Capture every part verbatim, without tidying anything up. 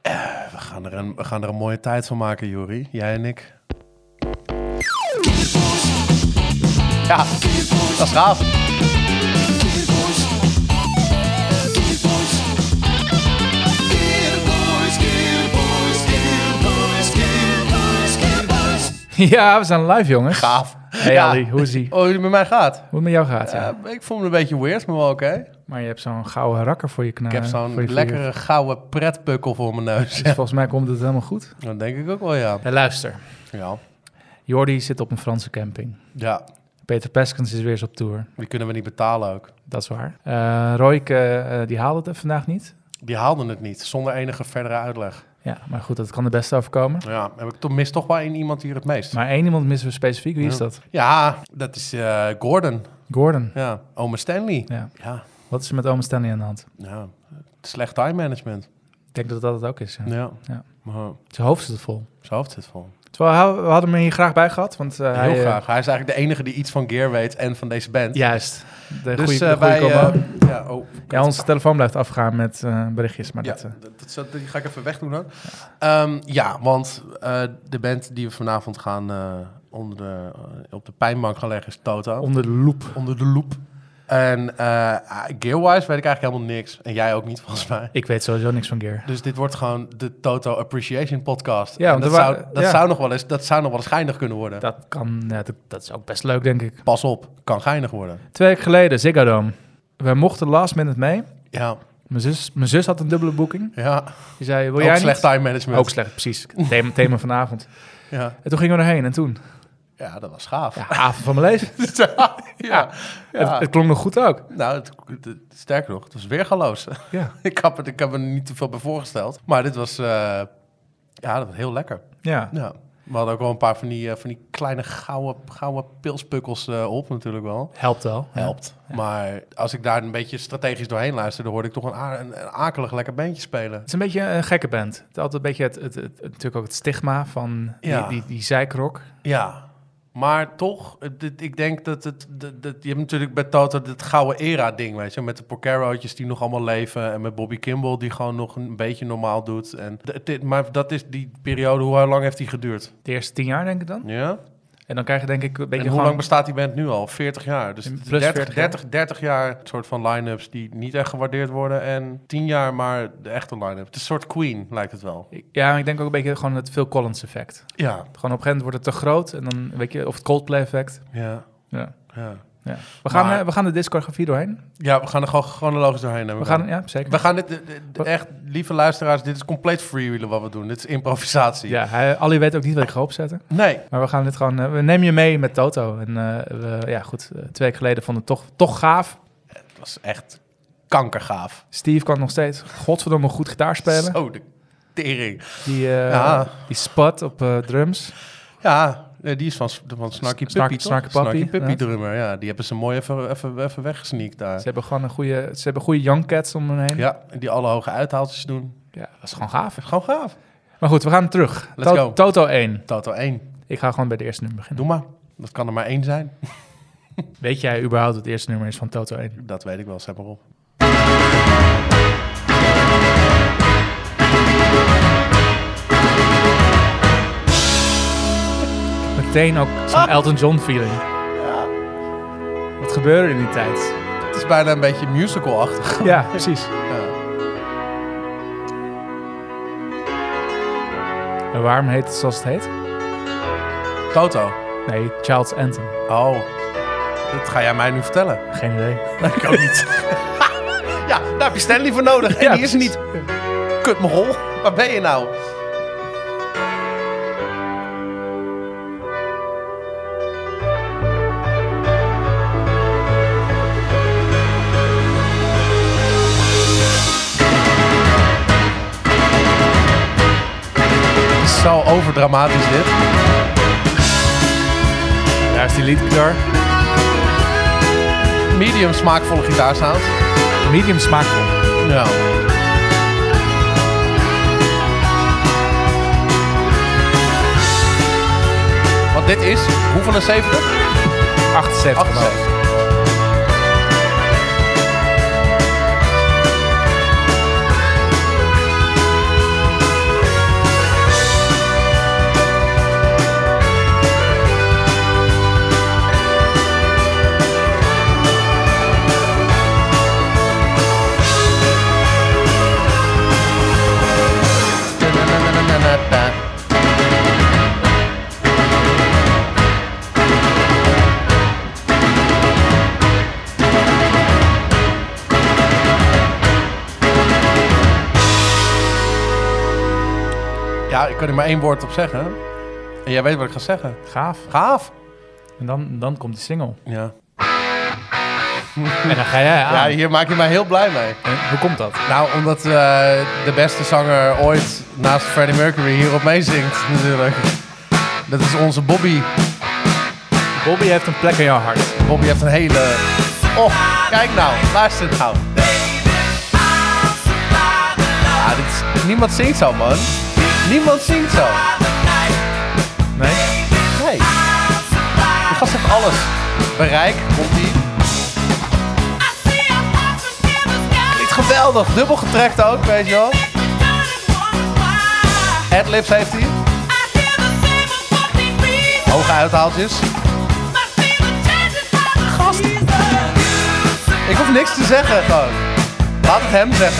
Uh, we, gaan er een, we gaan er een mooie tijd van maken, Jori. Jij en ik. Ja, dat is gaaf. Ja, we zijn live, jongens. Gaaf. Hey ja. Ali, hoe is ie? Oh, hoe het met mij gaat? Hoe het met jou gaat, ja. Uh, ik voel me een beetje weird, maar wel oké. Okay. Maar je hebt zo'n gouden rakker voor je knaar. Ik heb zo'n lekkere gouden pretpukkel voor mijn neus. Dus volgens mij komt het helemaal goed. Dat denk ik ook wel, ja. Ja, luister. Ja. Jordi zit op een Franse camping. Ja. Peter Peskens is weer eens op tour. Die kunnen we niet betalen ook. Dat is waar. Uh, Royke, uh, die haalde het vandaag niet. Die haalden het niet, zonder enige verdere uitleg. Ja, maar goed, dat kan de beste overkomen. Ja, heb ik toch, mis toch wel één iemand hier het meest. Maar één iemand missen we specifiek. Wie ja. is dat? Ja, dat is uh, Gordon. Gordon. Ja, ome Stanley. Ja. ja. Wat is er met ome Stanley aan de hand? Ja, slecht time management. Ik denk dat dat het ook is. Ja. Ja. ja. Maar, zijn hoofd zit vol. Zijn hoofd zit vol. Terwijl we hadden hem hier graag bij gehad. Want, uh, Heel hij, graag. Hij is eigenlijk de enige die iets van gear weet en van deze band. Juist. De dus goeie, uh, de goeie wij... Uh, ja, oh, ja, onze telefoon blijft afgaan met uh, berichtjes. Maar ja, dat, uh... dat, dat, die ga ik even wegdoen dan. Ja, um, ja want uh, de band die we vanavond gaan uh, onder de, uh, op de pijnbank gaan leggen is Toto. Onder de loep. Onder de loep. En uh, gear-wise weet ik eigenlijk helemaal niks. En jij ook niet, volgens mij. Ik weet sowieso niks van gear. Dus dit wordt gewoon de Toto Appreciation podcast. Ja, want dat, wa- zou, dat, ja. zou nog wel eens, dat zou nog wel eens geinig kunnen worden. Dat kan, ja, dat, dat is ook best leuk, denk ik. Pas op, kan geinig worden. Twee weken geleden, Ziggo Dome. We mochten last minute mee. Ja. Mijn zus, mijn zus had een dubbele boeking. Ja. Die zei, wil ook jij slecht niet? time management. Ook slecht, precies. Thema, thema vanavond. Ja. En toen gingen we erheen en toen... Ja, dat was gaaf. Ja, avond van mijn leven. ja. ja. Het, het klonk nog goed ook. Nou, het, het, sterker nog, het was weergaloos. Ja. ik, heb het, ik heb er niet te veel bij voorgesteld. Maar dit was, uh, ja, dat was heel lekker. Ja. ja. We hadden ook wel een paar van die, uh, van die kleine gouden, gouden pilspukkels uh, op natuurlijk wel. Helpt wel. Helpt. Ja. Maar als ik daar een beetje strategisch doorheen luister, dan hoorde ik toch een, a- een, een akelig lekker bandje spelen. Het is een beetje een gekke band. Het is altijd een beetje het, het, het, het, natuurlijk ook het stigma van die, Ja. die, die, die zijkrok. Ja. Maar toch, het, ik denk dat het... Dat, dat, je hebt natuurlijk bij Toto het gouden era-ding, weet je. Met de Porcaro'tjes die nog allemaal leven. En met Bobby Kimball die gewoon nog een beetje normaal doet. En dit, maar dat is die periode, hoe lang heeft die geduurd? De eerste tien jaar, denk ik dan. Ja. En dan krijg je denk ik een beetje En hoe gewoon... lang bestaat die band nu al? veertig jaar. Dus Plus dertig, veertig jaar. dertig, dertig jaar soort van line-ups die niet echt gewaardeerd worden. En tien jaar maar de echte line-up. Het is een soort Queen, lijkt het wel. Ja, maar ik denk ook een beetje gewoon het Phil Collins effect. Ja. Gewoon op een gegeven moment wordt het te groot. En dan weet je, of het Coldplay effect. Ja. Ja. Ja. Ja. We, gaan, Maar- uh, we gaan de discografie doorheen. Ja, we gaan er gewoon chronologisch doorheen. We gaan, ja, zeker. We gaan dit, dit- dit- echt, lieve luisteraars, dit is compleet freewheelen wat we doen. Dit is improvisatie. Ja, hij, Ali weet ook niet wat ik ga opzetten. Nee. Maar we gaan dit gewoon... Uh, we nemen je mee met Toto. En uh, we, ja, goed. Uh, twee weken geleden vonden we het toch, toch gaaf. Het was echt kankergaaf. Steve kan nog steeds godverdomme goed gitaar spelen. Zo, de tering. Die, uh, Ja. die Spud op uh, drums. Ja, nee, die is van, van Snarky Puppy, Snarky- toch? Snarky Puppy, Snarky Puppy ja. drummer, ja. Die hebben ze mooi even, even, even weggesneakt daar. Ze hebben gewoon een goede... Ze hebben goede young cats om hen heen. Ja, die alle hoge uithaaltjes doen. Ja, dat is gewoon gaaf. Gewoon gaaf. Maar goed, we gaan terug. Let's To- go. Toto één. Toto één. Ik ga gewoon bij de eerste nummer beginnen. Doe maar. Dat kan er maar één zijn. Weet jij überhaupt wat het eerste nummer is van Toto één? Dat weet ik wel, zet maar op. Meteen ook zo'n Elton John feeling. Ja. Wat gebeurde in die tijd? Het is bijna een beetje musical-achtig. Ja, precies. Ja. En waarom heet het zoals het heet? Toto. Nee, Child's Anthem. Oh, dat ga jij mij nu vertellen. Geen idee. Nee, ik ook niet. Ja, daar heb je Stanley voor nodig. En Ja, die is er niet. Kut me hol. Waar ben je nou? Zo overdramatisch dit. Daar is die leadgitaar. Medium smaakvolle gitaarsound. Medium smaakvol. Ja. Want dit is, hoeveel een zeventig? achtenzeventig. achtenzeventig. Ja, ik kan er maar één woord op zeggen. En jij weet wat ik ga zeggen. Gaaf. Gaaf. En dan, dan komt die single. Ja. En dan ga jij aan. Ja, hier maak je mij heel blij mee. En hoe komt dat? Nou, omdat uh, de beste zanger ooit naast Freddie Mercury hierop meezingt, natuurlijk. Dat is onze Bobby. Bobby heeft een plek in jouw hart. Bobby heeft een hele... Oh, kijk nou. Luister nou. Ja, dit is... Niemand zingt zo, man. Niemand zingt zo. Nee? Nee. Die gast heeft alles. Bereik, komt ie. Klinkt geweldig. Dubbel getrekt ook, weet je wel. Adlibs heeft hij. Hoge uithaaltjes. Gast. Ik hoef niks te zeggen, gewoon. Laat het hem zeggen.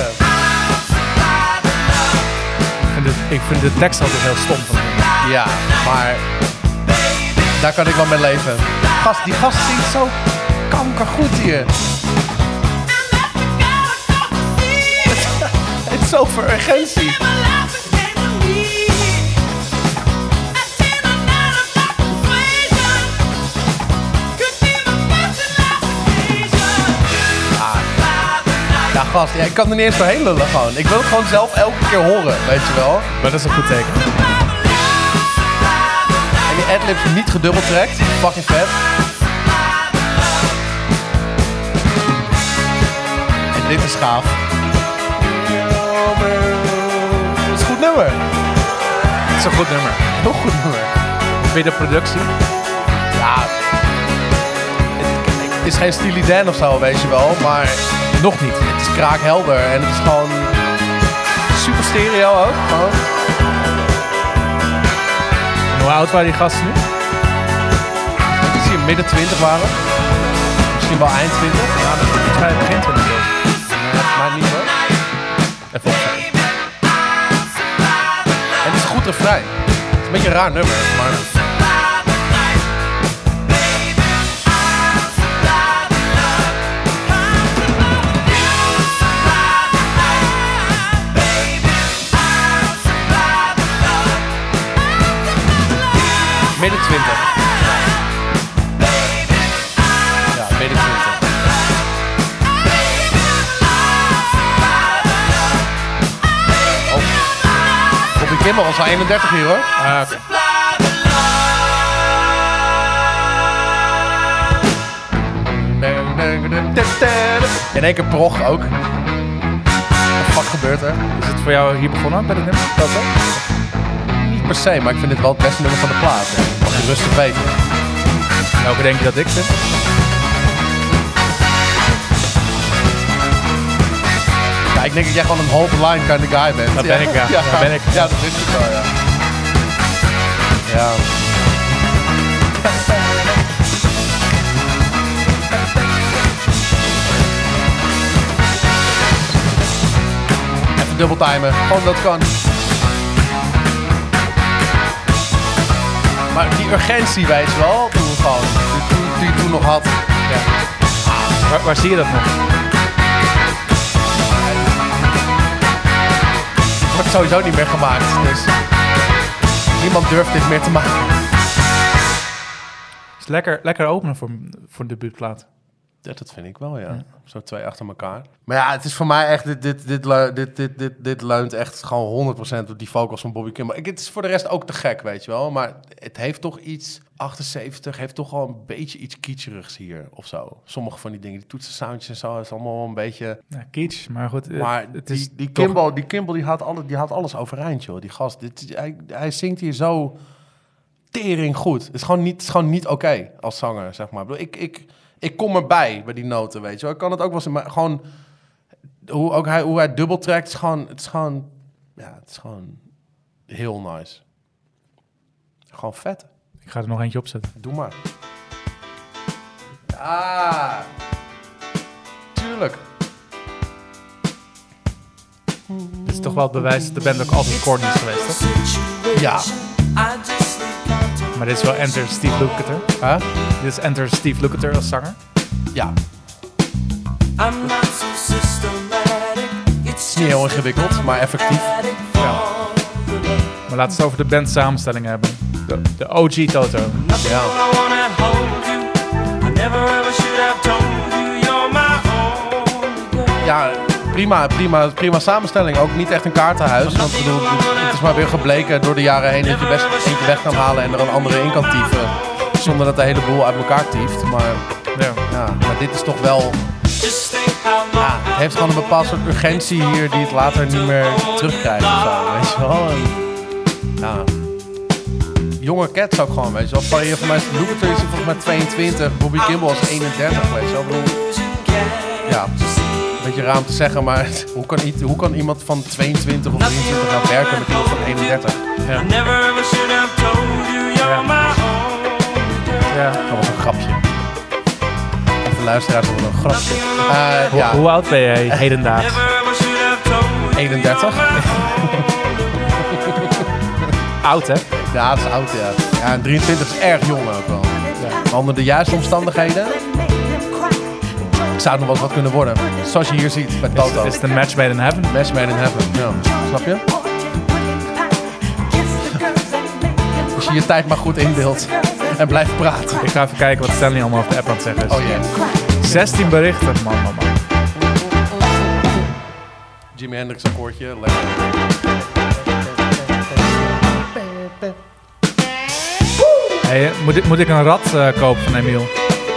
Ik vind, het, ik vind de tekst altijd heel stom van hem. Ja, maar daar kan ik wel mee leven. Gast, die gast zingt zo kankergoed hier. Het is zoveel urgentie. Ja, gast, ja, ik kan er niet eens doorheen lullen gewoon. Ik wil het gewoon zelf elke keer horen, weet je wel. Maar dat is een goed teken. En die adlibs niet gedubbeltrekt. Fucking vet. En dit is gaaf. Dat is een goed nummer. Het is een goed nummer. Heel goed nummer. Vind je de productie? Ja. Het, het is geen Steely Dan of zo, weet je wel, maar... Nog niet. Het is kraakhelder en het is gewoon super stereo ook. Gewoon. En hoe oud waren die gasten nu? Ik denk dat ze hier midden twintig waren. Misschien wel eind twintig. Ja, dat is volgens mij begin twintig. Ja, maar niet hoor. Even opzetten. En het is een goed refrein. Het is een beetje een raar nummer, maar... Midden twintig. Ja, midden twintig. Oh. Bobby Kimmel was al eenendertig hier hoor. Ah, oké. In één keer prog ook. Wat fuck gebeurt er? Is het voor jou hier begonnen bij dit nummer? Dat zo? Niet per se, maar ik vind dit wel het beste nummer van de plaat. Ja. Mag je rustig weten. Welke denk je dat ik vind? Ja, ik denk dat jij gewoon een hold the line kind of guy bent. Dat ja. ben ik, ja. Ja, Dat ben ik. Ja, dat wist ik wel, ja. Ja. Even dubbel timen, gewoon dat kan. Maar die urgentie, weet je wel, toen gewoon, die, die, die je toen nog had. Ja. Waar, waar zie je dat nog? Het wordt sowieso niet meer gemaakt, dus niemand durft dit meer te maken. Het is lekker, lekker openen voor, voor een debuutplaat. Ja, dat vind ik wel, ja. Ja. Zo twee achter elkaar. Maar ja, het is voor mij echt... Dit, dit, dit, lu- dit, dit, dit, dit leunt echt gewoon honderd procent op die vocals van Bobby Kimball. Ik, het is voor de rest ook te gek, weet je wel. Maar het heeft toch iets... achtenzeventig heeft toch wel een beetje iets kitscherigs hier, of zo. Sommige van die dingen, die toetsensoundjes en zo... is allemaal wel een beetje... Ja, kitsch, maar goed. Maar het, het die, is die, toch- Kimball, die Kimball, die houdt alles, die houdt alles overeind, joh. Die gast, dit, hij, hij zingt hier zo tering goed. Het is gewoon niet, het is gewoon niet oké okay als zanger, zeg maar. Ik, bedoel, ik, ik, ik kom erbij bij die noten, weet je wel. Ik kan het ook wel zijn, maar gewoon... Hoe, ook hij, hoe hij dubbel trekt, is gewoon... Het is gewoon... Ja, het is gewoon heel nice. Gewoon vet. Ik ga er nog eentje opzetten. Doe maar. Ah, tuurlijk. Dit is toch wel het bewijs dat de band ook altijd corny is geweest, toch? Ja. Maar dit is wel Enter Steve Lukather. Huh? Dit is Enter Steve Lukather als zanger. Ja. Het is niet heel ingewikkeld, maar effectief. Ja. Maar Maar laten we het over de band samenstelling hebben. De, de O G Toto. Ja. Ja, prima, prima, prima samenstelling. Ook niet echt een kaartenhuis. Want ik bedoel, het is maar weer gebleken door de jaren heen dat je best eentje weg kan halen en er een andere in kan tieven. Zonder dat de hele boel uit elkaar tieft. Maar, Ja. ja, maar dit is toch wel... Ja, het heeft gewoon een bepaald soort urgentie hier die het later niet meer terugkrijgt of zo, weet je wel. En, ja. Jonge cats ook gewoon, weet je wel. Van, hier, voor mij is Lukather is volgens mij tweeëntwintig, Bobby Kimball is eenendertig, weet je wel. Ik bedoel, ja, een beetje raar om te zeggen, maar hoe kan, i- hoe kan iemand van tweeëntwintig of drieëntwintig gaan werken met iemand van eenendertig? Ja. Ja. Dat was een grapje. Even luisteraars, dat was een grapje. Uh, Hoe, ja, hoe oud ben jij hedendaags? eenendertig. Oud, hè? Ja, dat is oud, ja. Ja, en drieëntwintig is erg jong ook wel. Maar onder de juiste omstandigheden zou het nog wel eens wat kunnen worden. Zoals je hier ziet bij Toto. Is het een match made in heaven? Match made in heaven, ja. Snap je? Als je je tijd maar goed indeelt en blijft praten. Ik ga even kijken wat Stanley allemaal op de app aan het zeggen is. Oh jee. zestien berichten, man, man, man. Jimi Hendrix akkoordje, lekker. Hey, moet, ik, moet ik een rat uh, kopen van Emiel?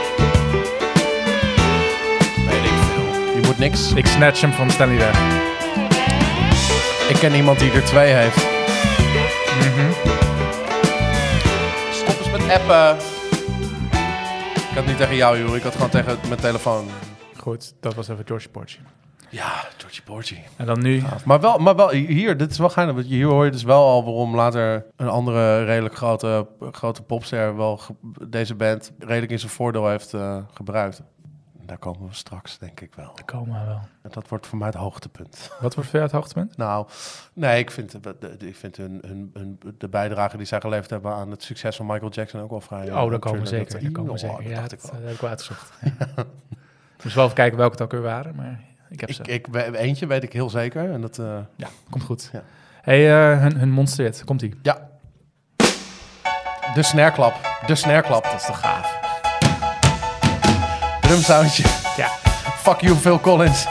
Weet ik veel. Je moet niks. Ik snatch hem van Stanley weg. Ik ken iemand die er twee heeft. Mhm. Stop eens met appen. Ik had niet tegen jou, joh. Ik had gewoon tegen mijn telefoon. Goed, dat was even George Porgy. Ja, Georgie Porgy. En dan nu... Ja, maar, wel, maar wel, hier, dit is wel geinig. Want hier hoor je dus wel al waarom later een andere redelijk grote, grote popster wel ge- deze band redelijk in zijn voordeel heeft uh, gebruikt. Daar komen we straks, denk ik wel. Daar komen we wel. En dat wordt voor mij het hoogtepunt. Wat wordt voor jou het hoogtepunt? Nou, nee, ik vind, de, de, ik vind hun, hun, hun, de bijdrage die zij geleverd hebben aan het succes van Michael Jackson ook wel vrij. Oh, daar komen we Thriller, zeker. dat- Daar komen we Oh, zeker. dat Ja, dacht dat, ik wel. dat heb ik wel uitgezocht. Ja. Ik moest wel even kijken welke het ook weer waren, maar ik heb ze. Ik, ik, we- eentje weet ik heel zeker. En dat, uh, Ja, komt goed. Ja. Hey, uh, hun, hun monster hit. Komt-ie. ja. De snareklap. De snareklap. Dat is toch gaaf. Drumsoundje. Ja. Fuck you, Phil Collins.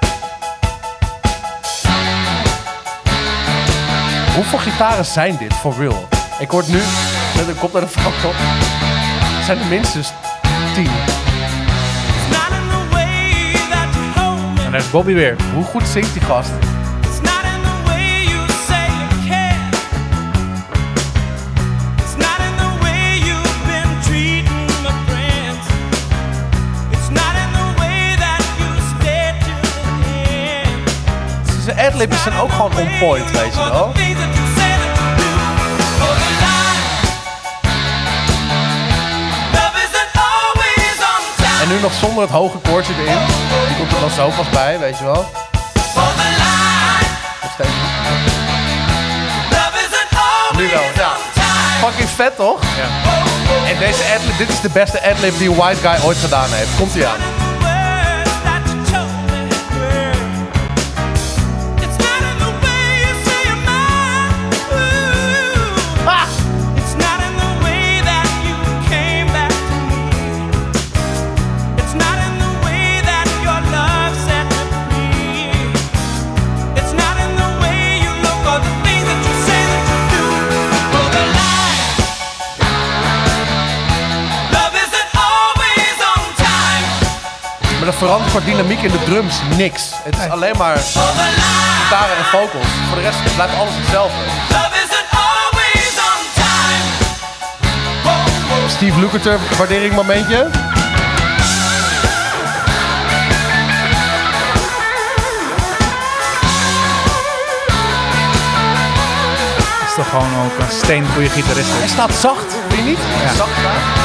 Hoeveel gitaren zijn dit, for real? Ik hoor het nu, met een kop naar de vrouw op. Het zijn er minstens tien. En daar is Bobby weer. Hoe goed zingt die gast? Zijn adlibs zijn ook gewoon on point, weet je wel. En nu nog zonder het hoge koortje erin. Die komt er dan zo pas bij, weet je wel. Nog steeds. Nu wel, ja. Fucking vet, toch? Ja. En deze adlib, dit is de beste adlib die een white guy ooit gedaan heeft. Komt ie aan. Maar er verandert voor dynamiek in de drums niks. Het is alleen maar gitaren en vocals. Voor de rest blijft alles hetzelfde. Steve Lukather, waardering momentje. Dat is toch gewoon ook een steengoede gitarist. Hij staat zacht, vind je niet? Ja. Zacht staan.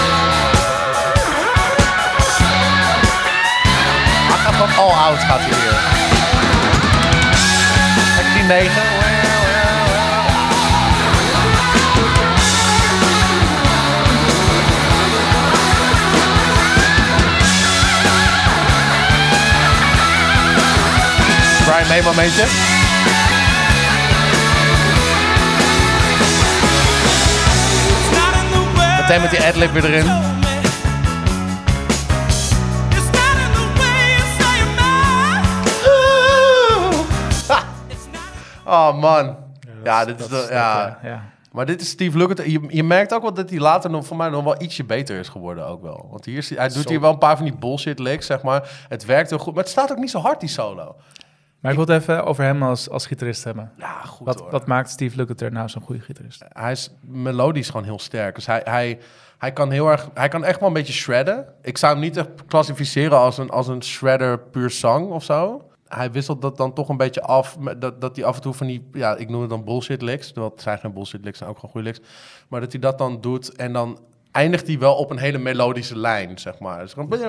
Hij gaat van all out, gaat hij weer. Kijk die negen. Brian May momentje. Meteen met die adlib weer erin. Oh man. Ja, ja dit is... De, ja. ja, ja. Maar dit is Steve Lukather. Je, je merkt ook wel dat hij later nog voor mij nog wel ietsje beter is geworden ook wel. Want hier, hij doet zo. Hier wel een paar van die bullshit licks, zeg maar. Het werkt heel goed, maar het staat ook niet zo hard, die solo. Maar ik wil het even over hem als, als gitarist hebben. Ja, goed wat, hoor. Wat maakt Steve Lukather nou zo'n goede gitarist? Hij is melodisch gewoon heel sterk. Dus hij, hij, hij kan heel erg... Hij kan echt wel een beetje shredden. Ik zou hem niet echt klassificeren als een, als een shredder puur zang of zo. Hij wisselt dat dan toch een beetje af. Dat, dat hij af en toe van die... Ja, ik noem het dan bullshit licks. Dat zijn geen bullshit licks, zijn ook gewoon goede licks. Maar dat hij dat dan doet en dan eindigt hij wel op een hele melodische lijn, zeg maar. Dus gewoon...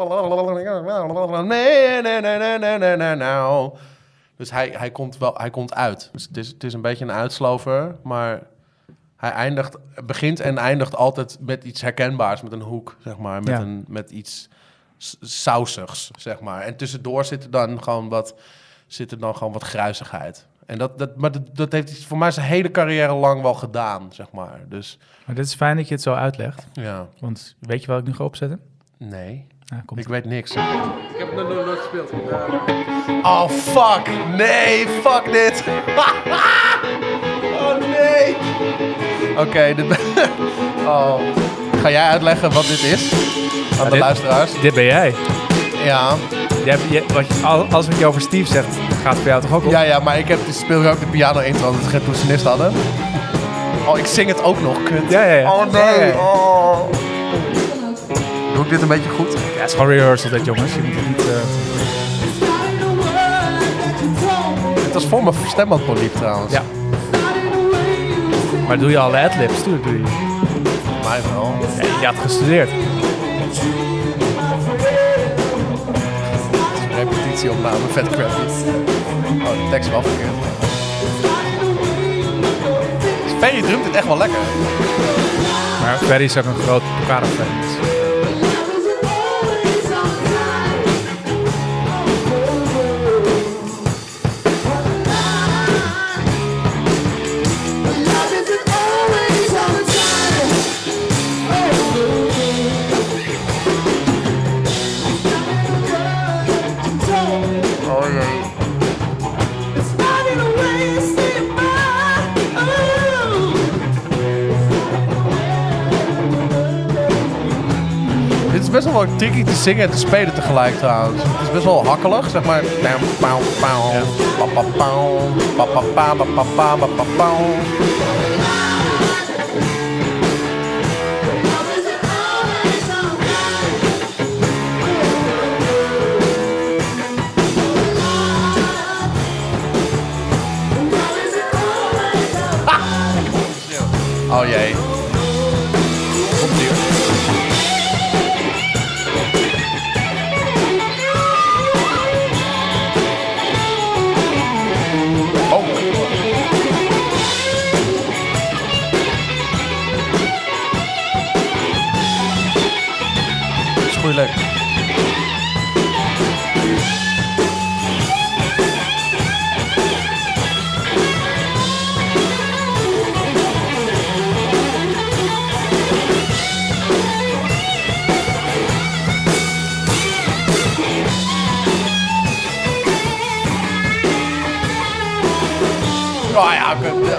Nee, nee, nee, nee, nee, nee, nee, nou... Dus hij, hij, komt wel, hij komt uit. Dus het is, het is een beetje een uitslover, maar hij eindigt, begint en eindigt altijd met iets herkenbaars, met een hoek, zeg maar, met, ja. een, met iets sausigs, zeg maar. En tussendoor zit er dan gewoon wat, zit er dan gewoon wat gruisigheid. En dat, dat, maar dat, dat heeft hij voor mij zijn hele carrière lang wel gedaan, zeg maar. Dus, maar dit is fijn dat je het zo uitlegt. Ja. Want weet je wat ik nu ga opzetten? Nee. Ah, komt ik weet niks. Ik heb het nog nooit gespeeld. Oh, fuck. Nee, fuck dit. Oh, nee. Oké. Okay, dit... oh. Ga jij uitleggen wat dit is? Aan ja, de dit, luisteraars. Dit ben jij. Ja. Je hebt, je, wat je, als ik je over Steve zeg, gaat het voor jou toch ook op? Ja, ja, maar ik heb, speel ook de piano in, terwijl we geen toetsenist hadden. Oh, ik zing het ook nog. Kut. Ja, ja, ja. Oh, nee. Oh. Doe ik dit een beetje goed? Ja, het is gewoon rehearsal dit, jongens. Je moet het niet... Uh... Het was voor mijn stembandpoliep trouwens. Ja. Maar doe je alle adlibs? Doe, doe je. Voor mij wel. Ja, je had gestudeerd. Repetitieopname, vet crappy. Oh, de tekst is wel verkeerd. Ferry drumt het echt wel lekker. Maar Ferry is ook een groot Pocaro-fan. Het is best wel wat tricky te zingen en te spelen tegelijk trouwens. Het is best wel hakkelig, zeg maar. Oh jee. Leuk. Oh ja, ik heb...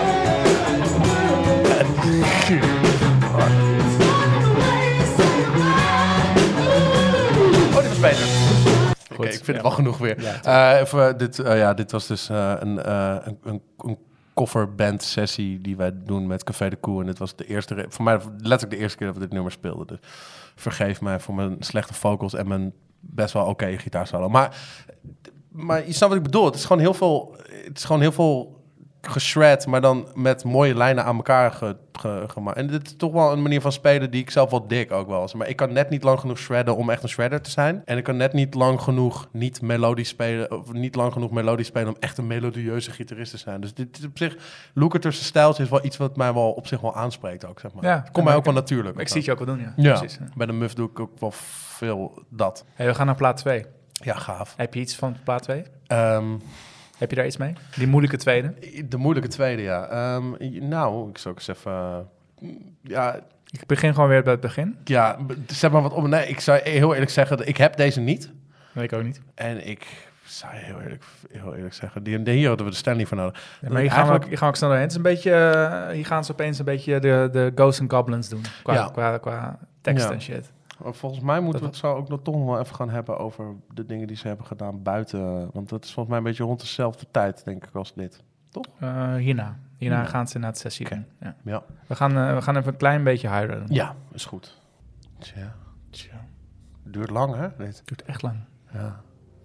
beter. Oké, okay, ik vind ja. het wel genoeg weer. Ja, uh, even, dit, uh, ja, dit was dus uh, een, uh, een, een, een coverband sessie die wij doen met Café de Koe. En dit was de eerste, re- voor mij letterlijk de eerste keer dat we dit nummer speelden. Dus vergeef mij voor mijn slechte vocals en mijn best wel oké okay gitaarsolo. Maar, maar je snapt wat ik bedoel. Het is gewoon heel veel, het is gewoon heel veel geschred, maar dan met mooie lijnen aan elkaar ge, ge, gemaakt. En dit is toch wel een manier van spelen die ik zelf wel dik ook wel. Maar ik kan net niet lang genoeg shredden om echt een shredder te zijn. En ik kan net niet lang genoeg niet melodisch spelen, of niet lang genoeg melodisch spelen om echt een melodieuze gitarist te zijn. Dus dit is op zich, Lukather's stijl is wel iets wat mij wel op zich wel aanspreekt ook, zeg maar. Ja, Komt mij ook wel natuurlijk. Ik zie het je ook wel doen, ja. Ja, precies, ja. Bij de Muff doe ik ook wel veel dat. Hey, we gaan naar plaat twee. Ja, gaaf. Heb je iets van plaat twee? Um, Heb je daar iets mee? Die moeilijke tweede? De moeilijke tweede, ja. Um, nou, ik zou eens even... Uh, ja, Ik begin gewoon weer bij het begin. Ja, zeg maar wat om. Nee, ik zou heel eerlijk zeggen, ik heb deze niet. Nee, ik ook niet. En ik zou je heel eerlijk, heel eerlijk zeggen, die, hier hadden we de Stanley voor nodig. Ja, maar hier gaan, we, hier gaan we ook snel doorheen. Het is een beetje, uh, hier gaan ze opeens een beetje de, de Ghosts and Goblins doen. Qua, ja. qua, qua tekst ja. en shit. Volgens mij moeten dat we het zo ook nog toch nog wel even gaan hebben over de dingen die ze hebben gedaan buiten. Want dat is volgens mij een beetje rond dezelfde tijd, denk ik, als dit. Toch? Uh, hierna. Hierna ja. gaan ze naar het sessie okay. doen. Ja. Ja. We, gaan, uh, we gaan even een klein beetje higher doen. Ja, is goed. Tja. Tja. Duurt lang, hè? Dit duurt echt lang. Ja.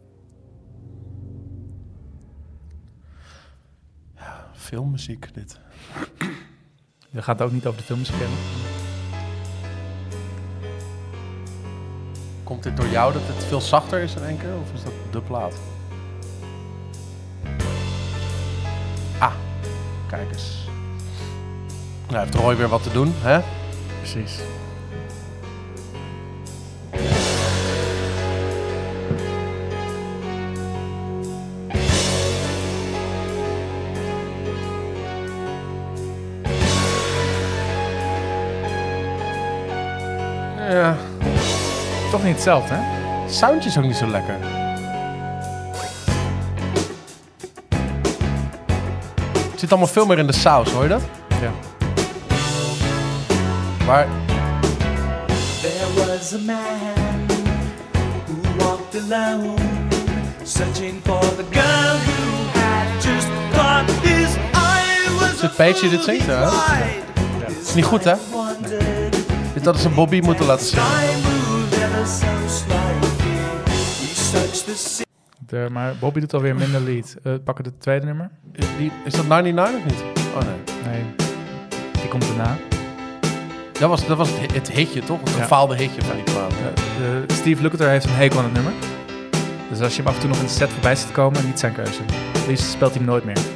Ja, filmmuziek, dit. We gaan het ook niet over de filmmuziek hebben. Komt dit door jou dat het veel zachter is in één keer? Of is dat de plaat? Ah, kijk eens. Nou, heeft Roy weer wat te doen, hè? Precies. Ja. Toch niet hetzelfde, hè? Soundje is ook niet zo lekker. Het zit allemaal veel meer in de saus, hoor je dat? Ja. Maar... There was a man who walked alone, searching for the girl who had just caught his eye. Was is het Paige die dit zingt, hè? Ja. Het is niet goed, hè? Nee. Dit hadden ze Bobby moeten laten zien. De, maar Bobby doet alweer minder lead. Uh, pakken de tweede nummer. Is, die, is dat negenennegentig of niet? Oh nee. Nee, die komt daarna. Dat was, dat was het, het hitje, toch? Het ja. gefaalde hitje van die plaat. Uh, uh, Steve Lukather heeft een hekel aan het nummer. Dus als je hem af en toe nog in de set voorbij ziet komen, niet zijn keuze. Liefst speelt hij hem nooit meer.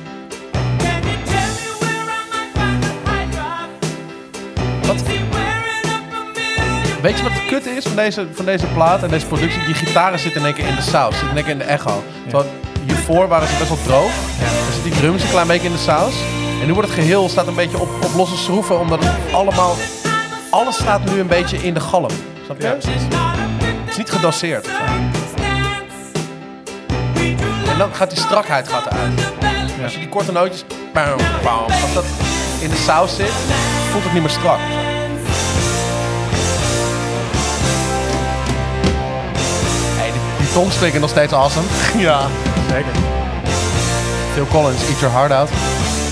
Wat? Weet je wat het kutte is van deze, van deze plaat en deze productie? Die gitaren zitten in één keer in de saus, zitten in één keer in de echo. Ja. Terwijl hiervoor waren ze best wel droog. Ja. Dan zitten die drums een klein beetje in de saus. En nu wordt het geheel staat een beetje op, op losse schroeven, omdat het allemaal... Alles staat nu een beetje in de galm. Snap je? Ja, precies. Het is niet gedoseerd. En dan gaat die strakheid gaat eruit. Ja. Als je die korte nootjes... Bam, bam, als dat in de saus zit, voelt het niet meer strak. Hey, die, die tongs klinken nog steeds awesome. Ja, zeker. Phil Collins, Eat Your Heart Out.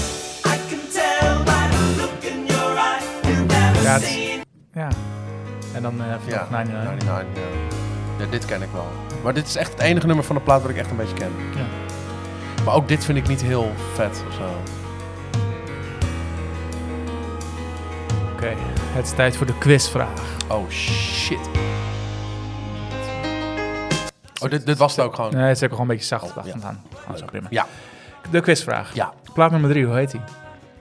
Ja, het is, ja. En dan uh, ja, negenennegentig. Ja. Ja, dit ken ik wel. Maar dit is echt het enige nummer van de plaat wat ik echt een beetje ken. Ja. Maar ook dit vind ik niet heel vet of zo. Oké, okay, het is tijd voor de quizvraag. Oh shit. Oh, dit, dit was het ook gewoon? Nee, het is ook gewoon een beetje zacht. Oh, ja. vandaan. Oh, dat is prima. Ja. De quizvraag. Ja. Plaat nummer drie, hoe heet die?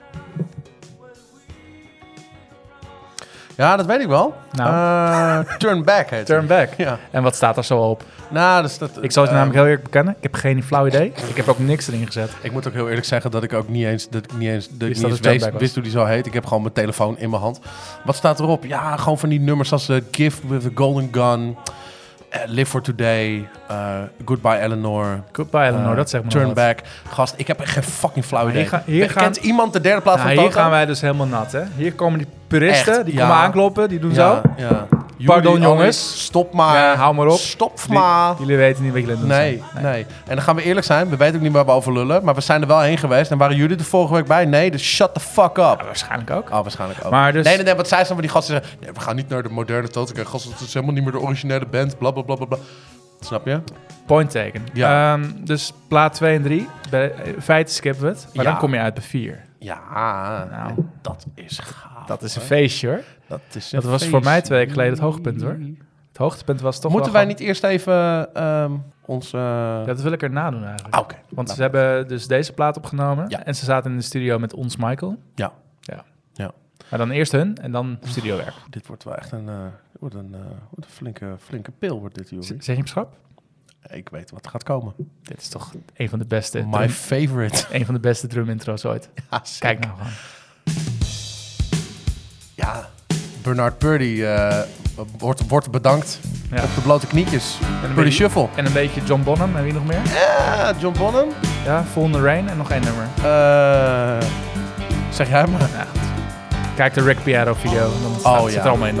Ja, dat weet ik wel. Nou. Uh, Turn Back heet Turn Back. Ja. En wat staat er zo op? Nou, dus dat, ik zal het uh, namelijk heel eerlijk bekennen. Ik heb geen flauw idee. Ik heb ook niks erin gezet. Ik moet ook heel eerlijk zeggen dat ik ook niet eens, dat ik niet eens, dat ik Wist niet dat eens het wist, wist hoe die zo heet. Ik heb gewoon mijn telefoon in mijn hand. Wat staat erop? Ja, gewoon van die nummers als uh, Gift with a Golden Gun, uh, Live for Today, uh, Goodbye Eleanor. Goodbye Eleanor, uh, dat zegt me Turn nog Back. Gast, ik heb geen fucking flauw idee. Hier ga, hier Kent gaan, iemand de derde plaat nou, van Toto? Hier gaan wij dus helemaal nat, hè. Hier komen die puristen, Echt? die Ja. komen aankloppen, die doen ja, zo. Ja. Pardon jullie, jongens. Oh, stop maar. Ja, hou maar op. Stop maar. Die, jullie weten niet wat jullie doen nee, zijn. Nee, nee. En dan gaan we eerlijk zijn. We weten ook niet waar we over lullen. Maar we zijn er wel heen geweest. En waren jullie er vorige week bij? Nee, dus shut the fuck up. Ja, waarschijnlijk ook. Oh, waarschijnlijk ook. Maar dus... Nee, nee, nee. Wat zij zijn van die gasten zeggen... Nee, we gaan niet naar de moderne Toto kijken. Gast, het is helemaal niet meer de originele band. Bla, bla, bla, bla. Snap je? Point taken. Ja. Um, dus plaat twee en drie. Bij feiten skippen we het. Maar ja. dan kom je uit bij vier. Ja, nou, dat is gaaf. Dat is een feestje, hoor. Dat, is dat was feestje. voor mij twee weken geleden het hoogtepunt, hoor. Het hoogtepunt was toch Moeten wel wij gewoon... niet eerst even um, ons... Uh... Ja, dat wil ik erna doen eigenlijk. Ah, okay. Want nou. ze hebben dus deze plaat opgenomen. Ja. En ze zaten in de studio met ons Michael. Ja. Ja. ja. Maar dan eerst hun en dan studiowerk. Dit wordt wel echt een, uh, wordt een, uh, wordt een flinke, flinke pil, wordt dit, Joeri. Z- zeg je hem schrap? Ik weet wat er gaat komen. Dit is toch een van de beste... My drum, favorite. Een van de beste drum intro's ooit. Ja, kijk nou gewoon. Ja, Bernard Purdy uh, wordt, wordt bedankt Ja. op de blote knietjes. En een Purdy beetje- Shuffle. En een beetje John Bonham. En wie nog meer? Ja, John Bonham. Ja, Full in the Rain. En nog één nummer. Uh, zeg jij maar. Ja, goed. Kijk de Rick Beato video. Dan staat, Oh, zit ja. er allemaal in dan.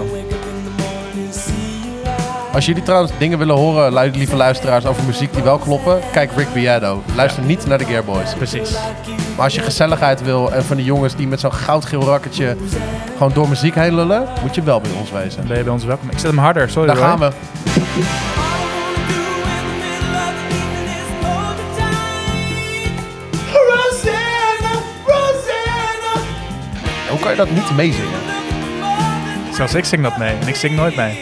Als jullie trouwens dingen willen horen, lu- lieve luisteraars, over muziek die wel kloppen, kijk Rick Beato. Luister niet naar de Gearboys. Precies. Maar als je gezelligheid wil en van die jongens die met zo'n goudgeel rakketje gewoon door muziek heen lullen, moet je wel bij ons wezen. Dan ben je bij ons welkom. Ik zet hem harder. Sorry Daar hoor. gaan we. Hoe kan je dat niet meezingen? Zelfs ik zing dat mee. En ik zing nooit mee.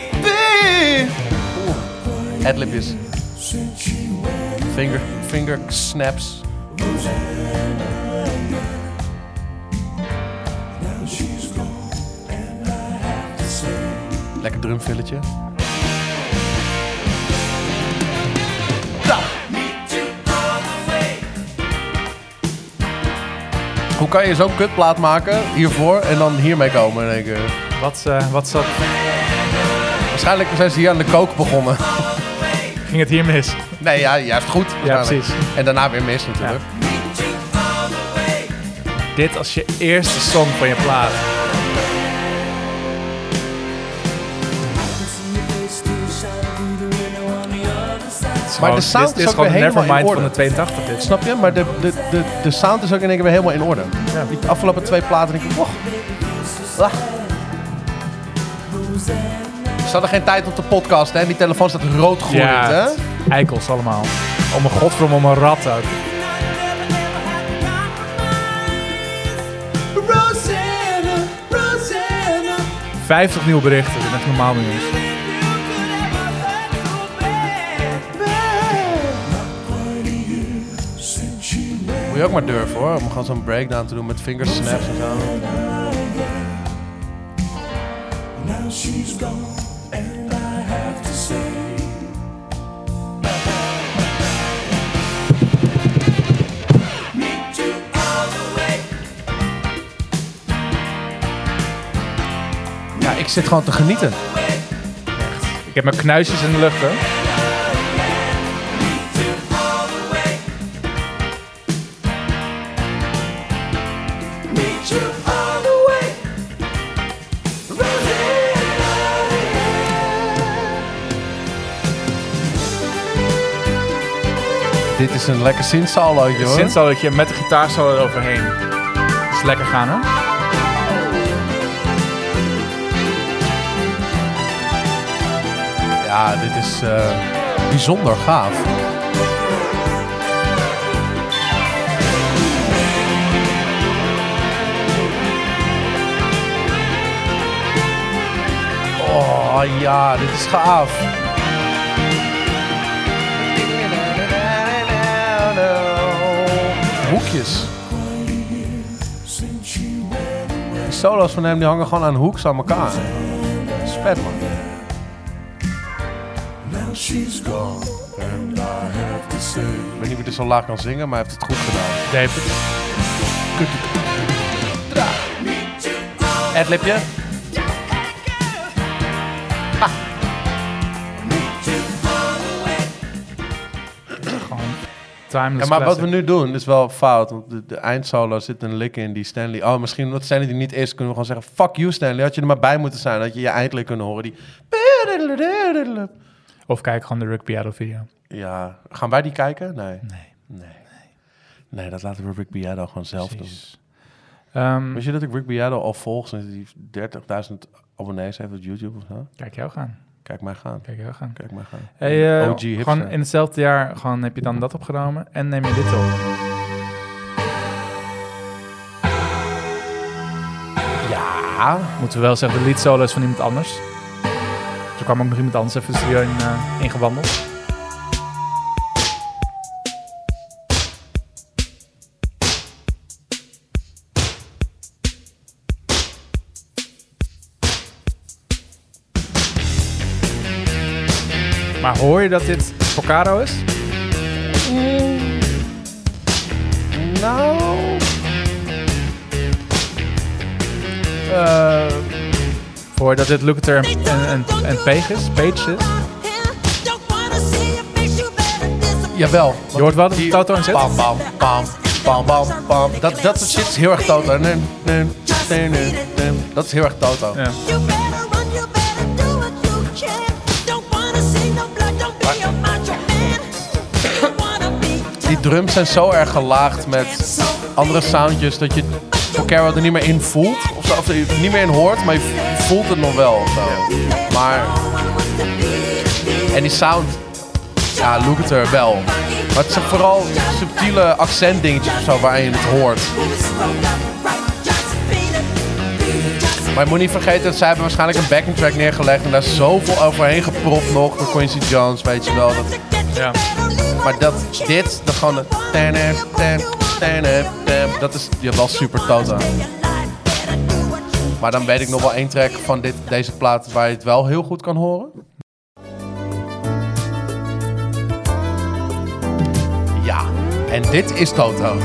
Adlibjes. Finger, finger snaps. Lekker drumfilletje. Hoe kan je zo'n kutplaat maken hiervoor en dan hiermee komen in één keer? Wat, uh, wat zat... Waarschijnlijk zijn ze hier aan de kook begonnen. Ging het hier mis? Nee, ja, juist goed. Ja, waarschijnlijk. precies. En daarna weer mis natuurlijk. Dit als je eerste song van je plaat. Maar de sound dit, is dit ook weer gewoon de helemaal in Nevermind orde. van de tweeëntachtig. Dit. Snap je? Maar de, de, de, de sound is ook in één keer weer helemaal in orde. Ja. Die afgelopen twee platen denk ik, oh. Ah. We hadden geen tijd op de podcast, hè? Die telefoon staat rood gloeiend, Ja, hè? het- eikels allemaal. Oh mijn godverdomme, om een rat ook. vijftig nieuwe berichten. Dat is echt normaal nieuws. Moet je ook maar durven, hoor. Om gewoon zo'n breakdown te doen met fingersnaps en zo. Now she's gone, and I have to say, meet you all the way. Ja, ik zit gewoon te genieten. Ik heb mijn knuisjes in de lucht, hè. Meet you all the way. Dit is een lekker synth-solootje, hoor. Sinds al dat je met de gitaarsolo eroverheen. Dat is lekker gaan, hè. Ja, dit is uh, bijzonder gaaf. Oh ja, dit is gaaf. Hoekjes. Die solo's van hem die hangen gewoon aan hoeks aan elkaar. Dat is vet, man. She's gone, and I have to say, Ik weet niet wie er zo laag kan zingen, maar hij heeft het goed gedaan. David. Adlibje. Gewoon timeless Ja, maar wat we classic. nu doen is wel fout. Want de, de eindsolo zit een lik in die Stanley. Oh, misschien omdat Stanley die niet is, kunnen we gewoon zeggen: fuck you, Stanley. Had je er maar bij moeten zijn. Had je je eindelijk kunnen horen. Die. Of kijk gewoon de Rick Beato video. Ja, gaan wij die kijken? Nee. Nee. Nee. Nee, dat laten we Rick Beato gewoon zelf Precies. doen. Um, Weet je dat ik Rick Beato al volg sinds hij dertigduizend abonnees heeft op YouTube of zo? kijk jou gaan. Kijk maar gaan. Kijk jou gaan. Kijk maar gaan. Hey, uh, O G hipster. gewoon in hetzelfde jaar gewoon heb je dan dat opgenomen en neem je dit op. Ja. Moeten we wel zeggen, de lead solo is van iemand anders. Zo kwam ook nog iemand anders even de studio in, uh, ingewandeld. Maar hoor je dat dit Porcaro is? Nou. Uh, Voordat dit Lukather en, en, en Page is. Page is. Jawel. Je hoort wel dat Die- Toto in zit? Bam, bam, bam, bam, bam, bam. Dat, dat soort shit is heel erg Toto. Nee, nee, nee, nee, nee. Dat is heel erg Toto. Ja. Die drums zijn zo erg gelaagd met andere soundjes dat je Porcaro er niet meer in voelt. Of, zo, of er niet meer in hoort, maar je voelt het nog wel. Of zo. Maar... En die sound... Ja, Lukather wel. Maar het zijn vooral subtiele accentdingetjes of zo waarin je het hoort. Maar je moet niet vergeten dat zij hebben waarschijnlijk een backing track neergelegd en daar zoveel overheen gepropt nog door Quincy Jones, weet je wel. Dat, Ja. maar dat, dit, dat gewoon een... ten, ten, ten, ten, dat is ja, wel super Toto. Maar dan weet ik nog wel één track van dit, deze plaat waar je het wel heel goed kan horen. Ja, en dit is Toto.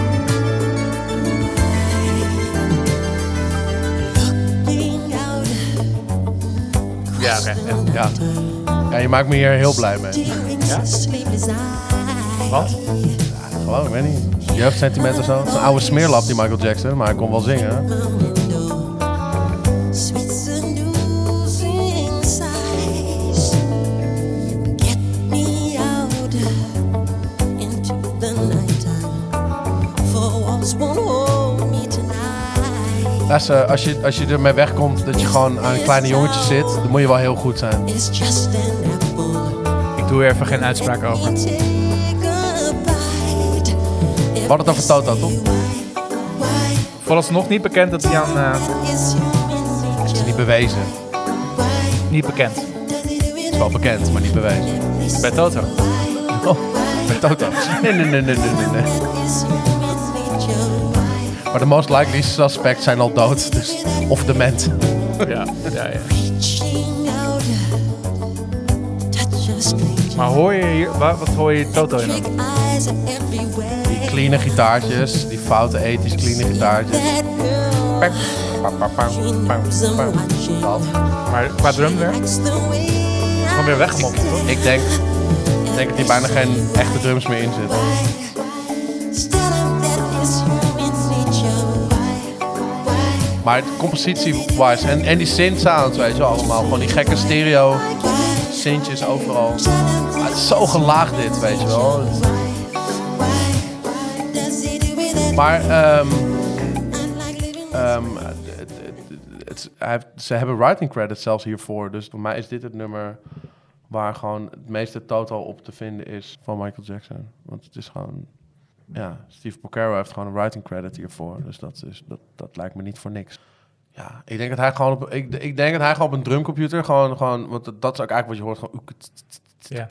Ja, oké. Ja. Ja, je maakt me hier heel blij mee. Ja? Wat? Gewoon, ik weet niet. Jeugdsentiment of zo. Het is een oude smeerlap, die Michael Jackson, maar hij kon wel zingen. Dat is, uh, als, je, als je ermee wegkomt dat je gewoon aan een kleine jongetje zit, dan moet je wel heel goed zijn. Ik doe er even geen uitspraak over. We hadden het over Toto, toch? Vooralsnog niet bekend dat hij aan... Uh, Het is niet bewezen. niet bekend. Het is wel bekend, maar niet bewezen. Bij Toto. Oh, met Toto. Nee, nee, nee, nee, nee, nee. Maar de most likely suspects zijn al dood, dus, of dement. Ja, ja, ja. Maar hoor je hier... Wat, wat hoor je Toto in dan? Die clean gitaartjes, die foute ethisch clean gitaartjes. Pam, pam, pam, pam, pam, pam. Dat. Maar qua drumwerk? Het is gewoon weer weggemopt, toch? Ik denk, ik denk dat hier bijna geen echte drums meer in zitten. Maar compositie-wise en, en die synth sounds, weet je wel, allemaal. Gewoon die gekke stereo synthjes overal. Maar het is zo gelaagd dit, weet je wel. Maar um, um, het, het, het, hij heeft, ze hebben writing credits zelfs hiervoor. Dus voor mij is dit het nummer waar gewoon het meeste Toto op te vinden is van Michael Jackson. Want het is gewoon... Ja, Steve Porcaro heeft gewoon een writing credit hiervoor. Dus dat, is, dat, dat lijkt me niet voor niks. Ja, ik denk dat hij gewoon op, ik, ik denk dat hij gewoon op een drumcomputer gewoon, gewoon, want dat is ook eigenlijk wat je hoort, gewoon Ja.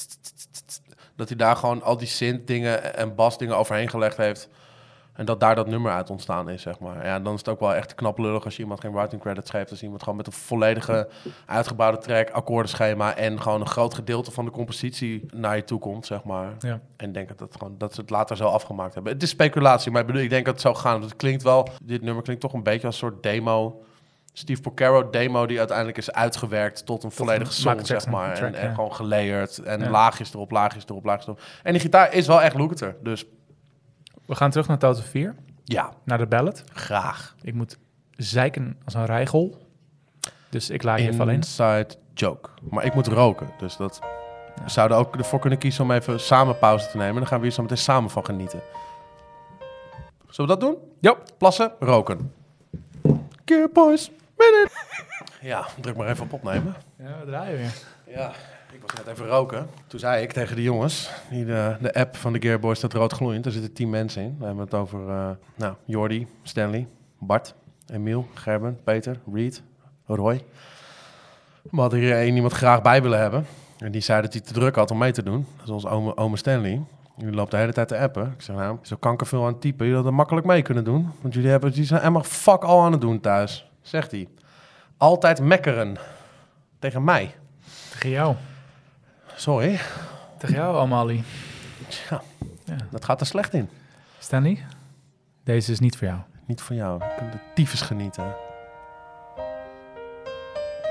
dat hij daar gewoon al die synth dingen en bas dingen overheen gelegd heeft en dat daar dat nummer uit ontstaan is, zeg maar. Ja, dan is het ook wel echt knap lullig als je iemand geen writing credits geeft, als iemand gewoon met een volledige uitgebouwde track, akkoordenschema en gewoon een groot gedeelte van de compositie naar je toe komt, zeg maar. Ja. En denk dat, het gewoon, dat ze het later zo afgemaakt hebben. Het is speculatie, maar ik bedoel, ik denk dat het zou gaan. Want het klinkt wel, dit nummer klinkt toch een beetje als een soort demo. Steve Porcaro demo die uiteindelijk is uitgewerkt tot een volledige song, Michael zeg Jackson maar. track, en en ja. gewoon gelayered. En Ja. laagjes erop, laagjes erop, laagjes erop. En die gitaar is wel echt Lukather. Dus We gaan terug naar Toto vier. ja, Naar de ballad. graag. Ik moet zeiken als een rijgel. Dus ik laat je even alleen. Inside joke. Maar ik moet roken, dus dat... We zouden ook ervoor kunnen kiezen om even samen pauze te nemen. Dan gaan we hier zo meteen samen van genieten. Zullen we dat doen? Jo. Plassen, roken. Gear boys, minute. Ja, druk maar even op opnemen. Ja, we draaien weer. Ja, ik was net even roken. Toen zei ik tegen de jongens, die de, de app van de Gear Boys staat rood gloeiend. Daar zitten tien mensen in. We hebben het over uh, nou, Jordi, Stanley, Bart, Emiel, Gerben, Peter, Reed, Roy. We hadden hier één iemand graag bij willen hebben. En die zei dat hij te druk had om mee te doen. Dat is onze ome, ome Stanley. Jullie loopt de hele tijd te appen. Ik zeg, nou, zo kankerveel aan het typen. Jullie hadden makkelijk mee kunnen doen. Want jullie, hebben, jullie zijn helemaal fuck al aan het doen thuis. Zegt hij. Altijd mekkeren. Tegen mij. Tegen jou. Sorry. Tegen jou, Amali. Ja, Ja. dat gaat er slecht in. Stanley, deze is niet voor jou. Niet voor jou. Ik kan de tyfus genieten.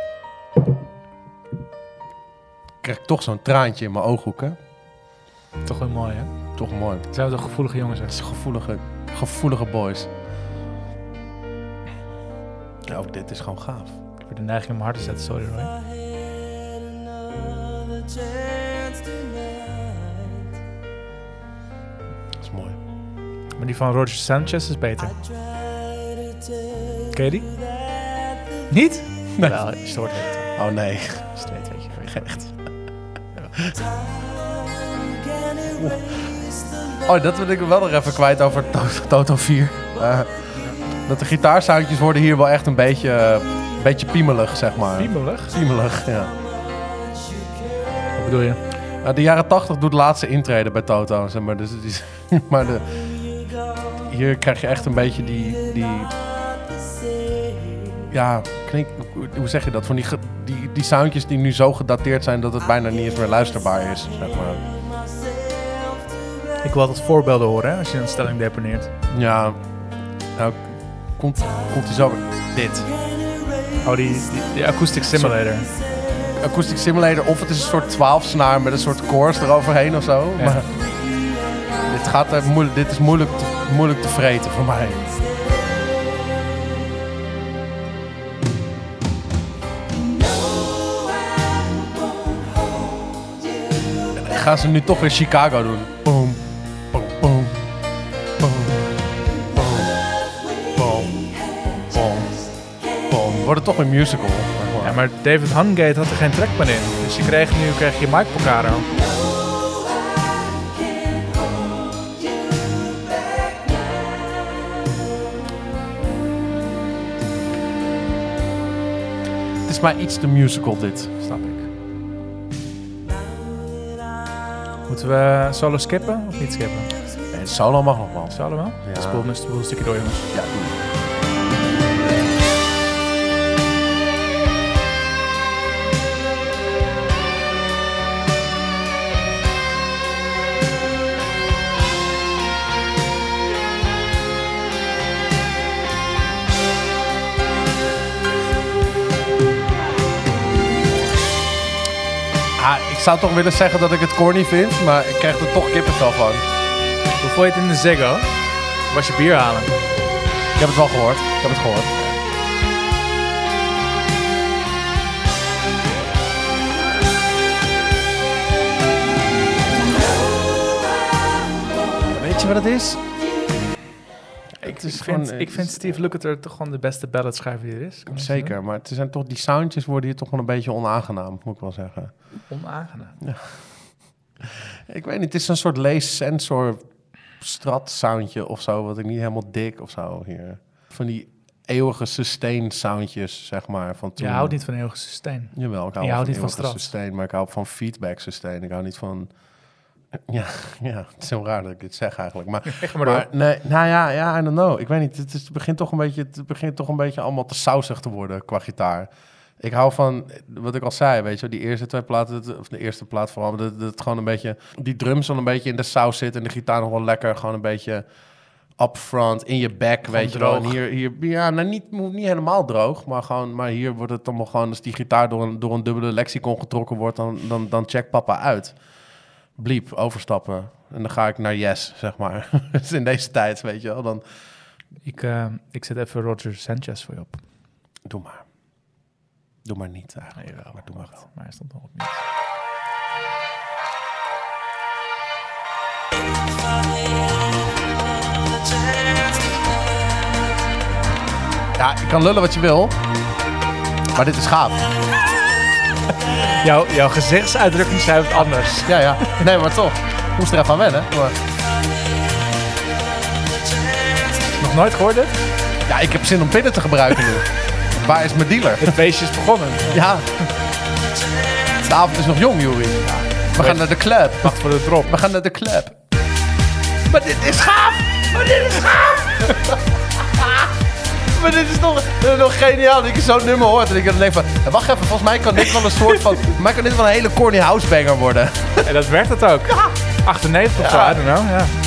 krijg ik toch zo'n traantje in mijn ooghoek, hè? Toch wel mooi, hè? Toch mooi. Zijn we toch gevoelige jongens, hè? Het is gevoelige, gevoelige boys. Ja, ook dit is gewoon gaaf. Ik heb de neiging om mijn hart te zetten, sorry Roy. Dat is mooi. Maar die van Roger Sanchez is beter. Ken je die? Niet? Nee. Wel, je stoort het. Oh nee. Als je het weet, weet je. Weet je. Echt. Oh, dat wil ik wel nog even kwijt over To- Toto vier. Uh, dat de gitaarsoundjes worden hier wel echt een beetje, uh, beetje piemelig, zeg maar. Piemelig? Piemelig, ja. Wat bedoel je? Uh, de jaren tachtig doet laatste intrede bij Toto, zeg maar. Dus het is, maar de, hier krijg je echt een beetje die... die ja, klink, hoe zeg je dat? Van die, ge- die, die soundjes die nu zo gedateerd zijn dat het bijna niet eens meer luisterbaar is, zeg maar. Ik wil altijd voorbeelden horen, hè, als je een stelling deponeert. Ja, nou, komt, komt hij zo weer. Dit. Oh, die, die, die acoustic simulator. Acoustic Simulator, of het is een soort twaalf-snaar met een soort chorus eroverheen of zo. Ja. Maar dit, gaat, er moeilijk, dit is moeilijk te, moeilijk te vreten voor mij. Gaan ze nu toch weer Chicago doen. Boom, boom, boom, boom, boom, boom, boom, boom. Wordt het toch een musical? Ja, maar David Hungate had er geen track meer in. Dus je kreeg, nu krijg je Mike Porcaro. Het is maar iets te musical dit. Snap ik. Moeten we solo skippen of niet skippen? Nee, het solo mag nog wel. Solo wel? Ja. Spoel me spoel een stukje door, jongens. Ja, doe. Ah, ik zou toch willen zeggen dat ik het corny vind, maar ik krijg er toch kippenvel van. Hoe vond je het in de Ziggo? Was je bier halen? Ik heb het wel gehoord. Ik heb het gehoord. Weet je wat het is? Ik, is ik, gewoon, vind, ik vind Steve Lukather toch gewoon de beste balladschrijver die er is. Kan ik Zeker, zeggen? maar het zijn toch, die soundjes worden hier toch wel een beetje onaangenaam, moet ik wel zeggen. Onaangenaam. Ik weet niet, het is een soort lees-sensor strat soundje of zo, wat ik niet helemaal dik of zo hier. Van die eeuwige sustain soundjes, zeg maar. Van toen. Je houdt niet van eeuwige sustain. Jawel, ik hou je wel houdt niet van eeuwige strat. sustain, maar ik hou van feedback sustain. Ik hou niet van... Ja, ja, het is heel raar dat ik dit zeg eigenlijk. Maar, Ga maar maar door. nee, nou ja, ja, I don't know. Ik weet niet, het, is, het, begint toch een beetje, het begint toch een beetje allemaal te sausig te worden qua gitaar. Ik hou van, wat ik al zei, weet je, die eerste twee platen, of de eerste plaat vooral, dat, dat het gewoon een beetje, die drums dan een beetje in de saus zit en de gitaar nog wel lekker, gewoon een beetje upfront, in je back, weet je wel. En hier, hier, ja, nou niet, niet helemaal droog, maar gewoon, maar hier wordt het allemaal gewoon, als die gitaar door een, door een dubbele lexicon getrokken wordt, dan, dan, dan check papa uit. Bliep, overstappen. En dan ga ik naar Yes, zeg maar. Dus in deze tijd, weet je wel, dan... Ik, uh, ik zet even Roger Sanchez voor je op. Doe maar. Doe maar niet, eigenlijk. Nee, wel, maar doe maar wel. Maar hij stond nog op niet. Ja, ik kan lullen wat je wil. Maar dit is gaaf. Jouw, jouw gezichtsuitdrukking zei het anders. Ja, ja. Nee, maar toch. Ik moest er even aan wennen. Maar... Nog nooit gehoord dit? Ja, ik heb zin om pinnen te gebruiken nu. Waar is mijn dealer? Het feestje is begonnen. Ja. De avond is nog jong, Juri. We gaan naar de club. Wacht voor de drop. We gaan naar de club. Maar dit is gaaf! Maar dit is gaaf! Maar dit is nog, dit is nog geniaal dat ik zo'n nummer hoort. En ik dan denk van, wacht even, volgens mij kan dit wel een soort van... Volgens mij kan dit wel een hele corny housebanger worden. En dat werd het ook. Ja. achtennegentig of zo, Ja. I don't know. Ja.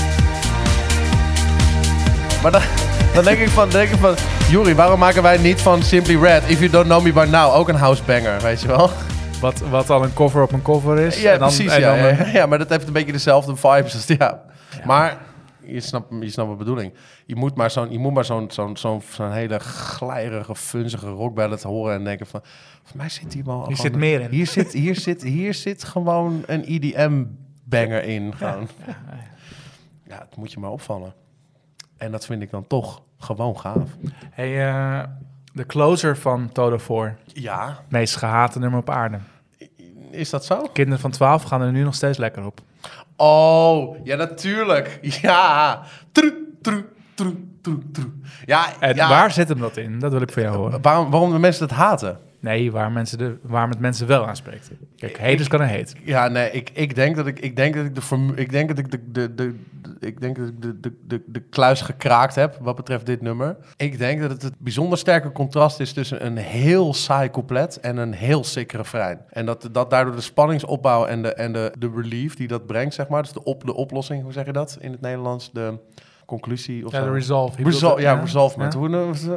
Maar dan, dan denk ik van, dan denk ik van... Juri, waarom maken wij niet van Simply Red, If You Don't Know Me By Now, ook een housebanger, weet je wel? Wat, wat al een cover op een cover is. Ja, en dan, precies. en Ja, dan ja, een- ja, ja, maar dat heeft een beetje dezelfde vibes. Dus, ja. Ja. Maar je snapt, je snapt mijn bedoeling. Je moet maar zo'n, je moet maar zo'n, zo'n, zo'n, zo'n hele glijrige, funzige rockballad horen en denken van... Voor mij zit hier wel... Hier gewoon- zit meer in. Hier zit, hier zit, hier zit gewoon een E D M-banger in. Gewoon. Ja, ja. Ja, het moet je maar opvallen. En dat vind ik dan toch gewoon gaaf. Hey, eh, de closer van Toto four. Ja, Meest gehate nummer op aarde. is dat zo? Kinderen van twaalf gaan er nu nog steeds lekker op. Oh, ja, natuurlijk. Ja. Troe, troe, troe, troe, troe. Ja, En ja. waar zit hem dat in? Dat wil ik van jou horen. Waarom, waarom de mensen het haten? Nee, waar, mensen de, waar het mensen wel aanspreekt. Kijk, haters kan er hate. Ja, nee, ik, ik denk dat ik, ik denk dat ik de formu- ik denk dat ik de, de, de, de ik denk dat ik de, de, de, de kluis gekraakt heb wat betreft dit nummer. Ik denk dat het het bijzonder sterke contrast is tussen een heel saai couplet en een heel sick refrein. En dat, dat daardoor de spanningsopbouw en de, en de, de relief die dat brengt, zeg maar, dus de, op, de oplossing, hoe zeg je dat in het Nederlands? De conclusie of Ja, zo? de resolve. Je Resol- bedoelt- ja, resolvement. Ja. Hoe,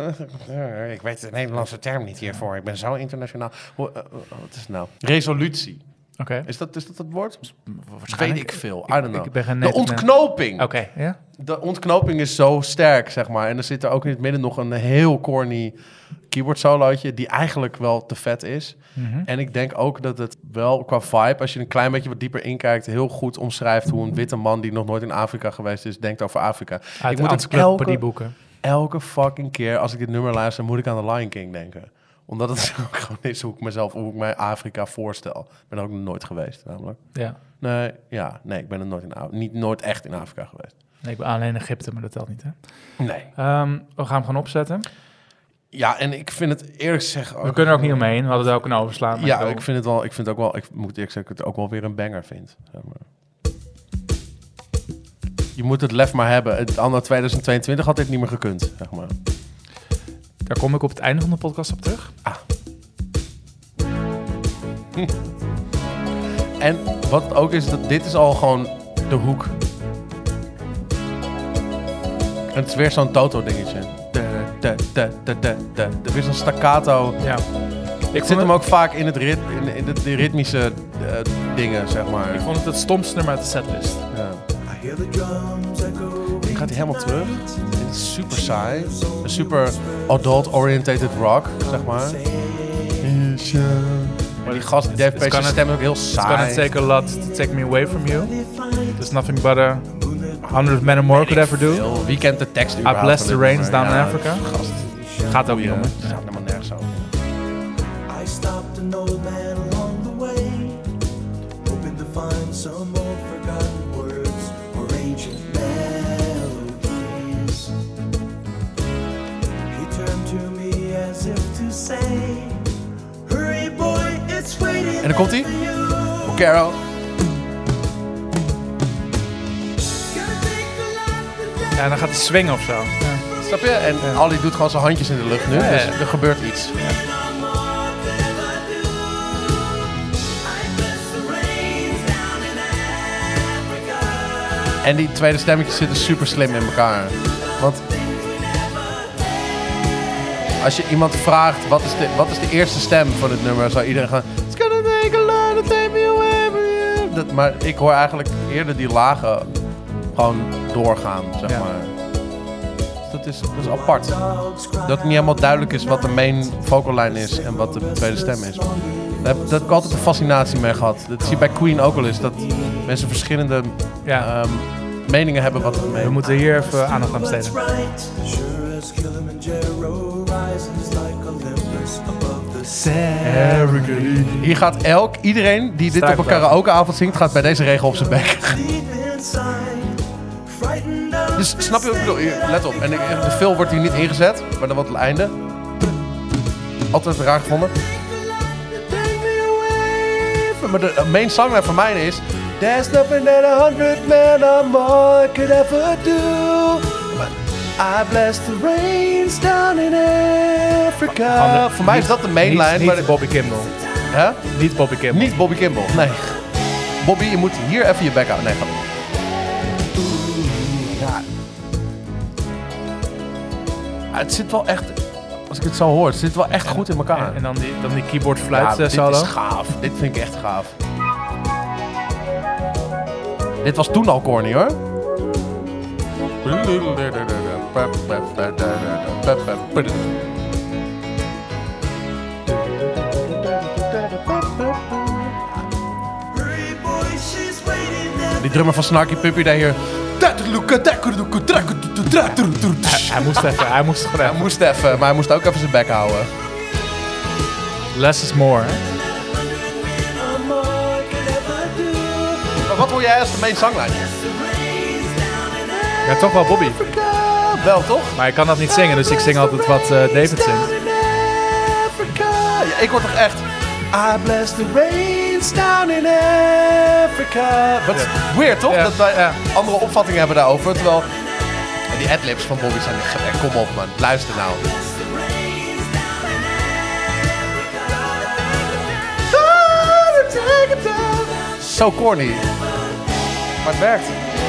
uh, ik weet de Nederlandse term niet hiervoor. Ik ben zo internationaal. Hoe, uh, uh, wat is het nou? Resolutie. Oké. Is dat, is dat het woord? Waarschijnlijk. Weet ik veel. I don't know. Ik ben geen de native- ontknoping. Oké, ja. De ontknoping is zo sterk, zeg maar. En er zit er ook in het midden nog een heel corny keyboard solootje die eigenlijk wel te vet is. Mhm. En ik denk ook dat het wel qua vibe, als je een klein beetje wat dieper inkijkt, heel goed omschrijft hoe een witte man die nog nooit in Afrika geweest is, denkt over Afrika. Uit ik de moet het encyclopedie elke, boeken. elke fucking keer als ik dit nummer luister, moet ik aan The Lion King denken. Omdat het ook gewoon is hoe ik mezelf, hoe ik mij Afrika voorstel. Ik ben er ook nog nooit geweest, namelijk. Ja. Nee, ja, nee, ik ben er nooit in Af- niet nooit echt in Afrika geweest. Nee, ik ben alleen in Egypte, maar dat telt niet, hè? Nee. Ehm, we gaan hem gewoon opzetten. Ja, en ik vind het eerlijk gezegd... We kunnen er ook niet omheen. We hadden er ook een overslaan. maar Ja, wel- ik vind het wel, ik vind het ook wel, ik moet eerlijk zeggen, ik het ook wel weer een banger vind. Zeg maar. Je moet het lef maar hebben. Het anno tweeduizend tweeëntwintig had dit niet meer gekund, zeg maar. Daar kom ik op het einde van de podcast op terug. En wat het ook is, dat dit is al gewoon de hoek. En het is weer zo'n Toto-dingetje. Da, da, da, da, da, da. Er is weer zo'n staccato. Ja. Ik zit hem ook vaak in, het rit, in, in de, de ritmische uh, dingen, zeg maar. Ik vond het het stomste nummer uit de setlist. Ja. I hear the drums echo. Nu gaat hij helemaal terug. Dit is super saai. Een super adult-orientated rock, zeg maar. Maar die gast, Dave It's Pace's gonna- stem is ook heel It's gonna saai. take a lot to take me away from you. There's nothing but a hundred men or more could ever do. Veel. Wie kent de tekst I überhaupt bless van the dit rains nummer? down in Ja, Africa. Gast, Gaat ook niet ja, om, het hè? staat helemaal nergens over. I stopped an old man along the way, hoping to find some old forgotten words or ancient melodies. He turned to me as if to say, hurry boy, it's waiting. En dan komt hij. for you. Carol. Ja, en dan gaat hij swingen of zo. Ja. Snap je? En Ali doet gewoon zijn handjes in de lucht nu. Ja, ja. Dus er gebeurt iets. En die tweede stemmetjes zitten super slim in elkaar. Want als je iemand vraagt wat is de, wat is de eerste stem van het nummer, zou iedereen gaan... It's gonna take a lot to take me away from you. Dat, maar ik hoor eigenlijk eerder die lagen gewoon doorgaan, zeg Ja. maar. Dus dat is, dat is apart. Dat het niet helemaal duidelijk is wat de main vocal line is en wat de tweede stem is. Daar heb, daar heb ik altijd een fascinatie mee gehad. Dat zie je bij Queen ook wel eens. Dat mensen verschillende Ja. um, meningen hebben wat het mee. We moeten hier even aandacht aan besteden. Sure as Kilimanjaro rises like Olympus above the Hier gaat elk, iedereen die dit op een Struikveld. karaokeavond zingt, gaat bij deze regel op zijn bek. deep inside, frightened of Dus snap je wat ik bedoel? Hier, let op. En ik- de fill wordt hier niet ingezet, maar dan wat het einde. Altijd raar gevonden. Maar de main songline van mij is... There's nothing that a hundred men or more could ever do. I bless the rains down in Africa. Handen- Voor mij is dat de main Niet, line. niet maar de- Bobby Kimball. Hè? Niet Bobby Kimball. Niet Bobby Kimball, nee. Bobby, je moet hier even je bek houden. Nee, ga door. Ja. Het zit wel echt... Als ik het zo hoor, het zit wel echt goed in elkaar. En, en dan die, dan die keyboard fluit ja, uh, dit solo. is gaaf. Dit vind ik echt gaaf. Dit was toen al corny, hoor. Die drummer van Snarky Puppy daar hier... Hij, hij moest even, hij moest gewoon Hij even. moest even, maar hij moest ook even zijn bek houden. Less is more, hè? Maar wat hoor jij als de main zanglijn? Ja, toch wel Bobby. Wel, toch? Maar ik kan dat niet zingen, dus ik zing altijd wat uh, David zingt. Ja, ik word toch echt... I bless the rains down in Africa. Wat Ja. weird, toch? Ja. Dat wij Ja. andere opvattingen hebben daarover. Terwijl... En die adlibs van Bobby zijn echt... eh, Kom op, man. Luister nou. Zo corny. Maar het werkt.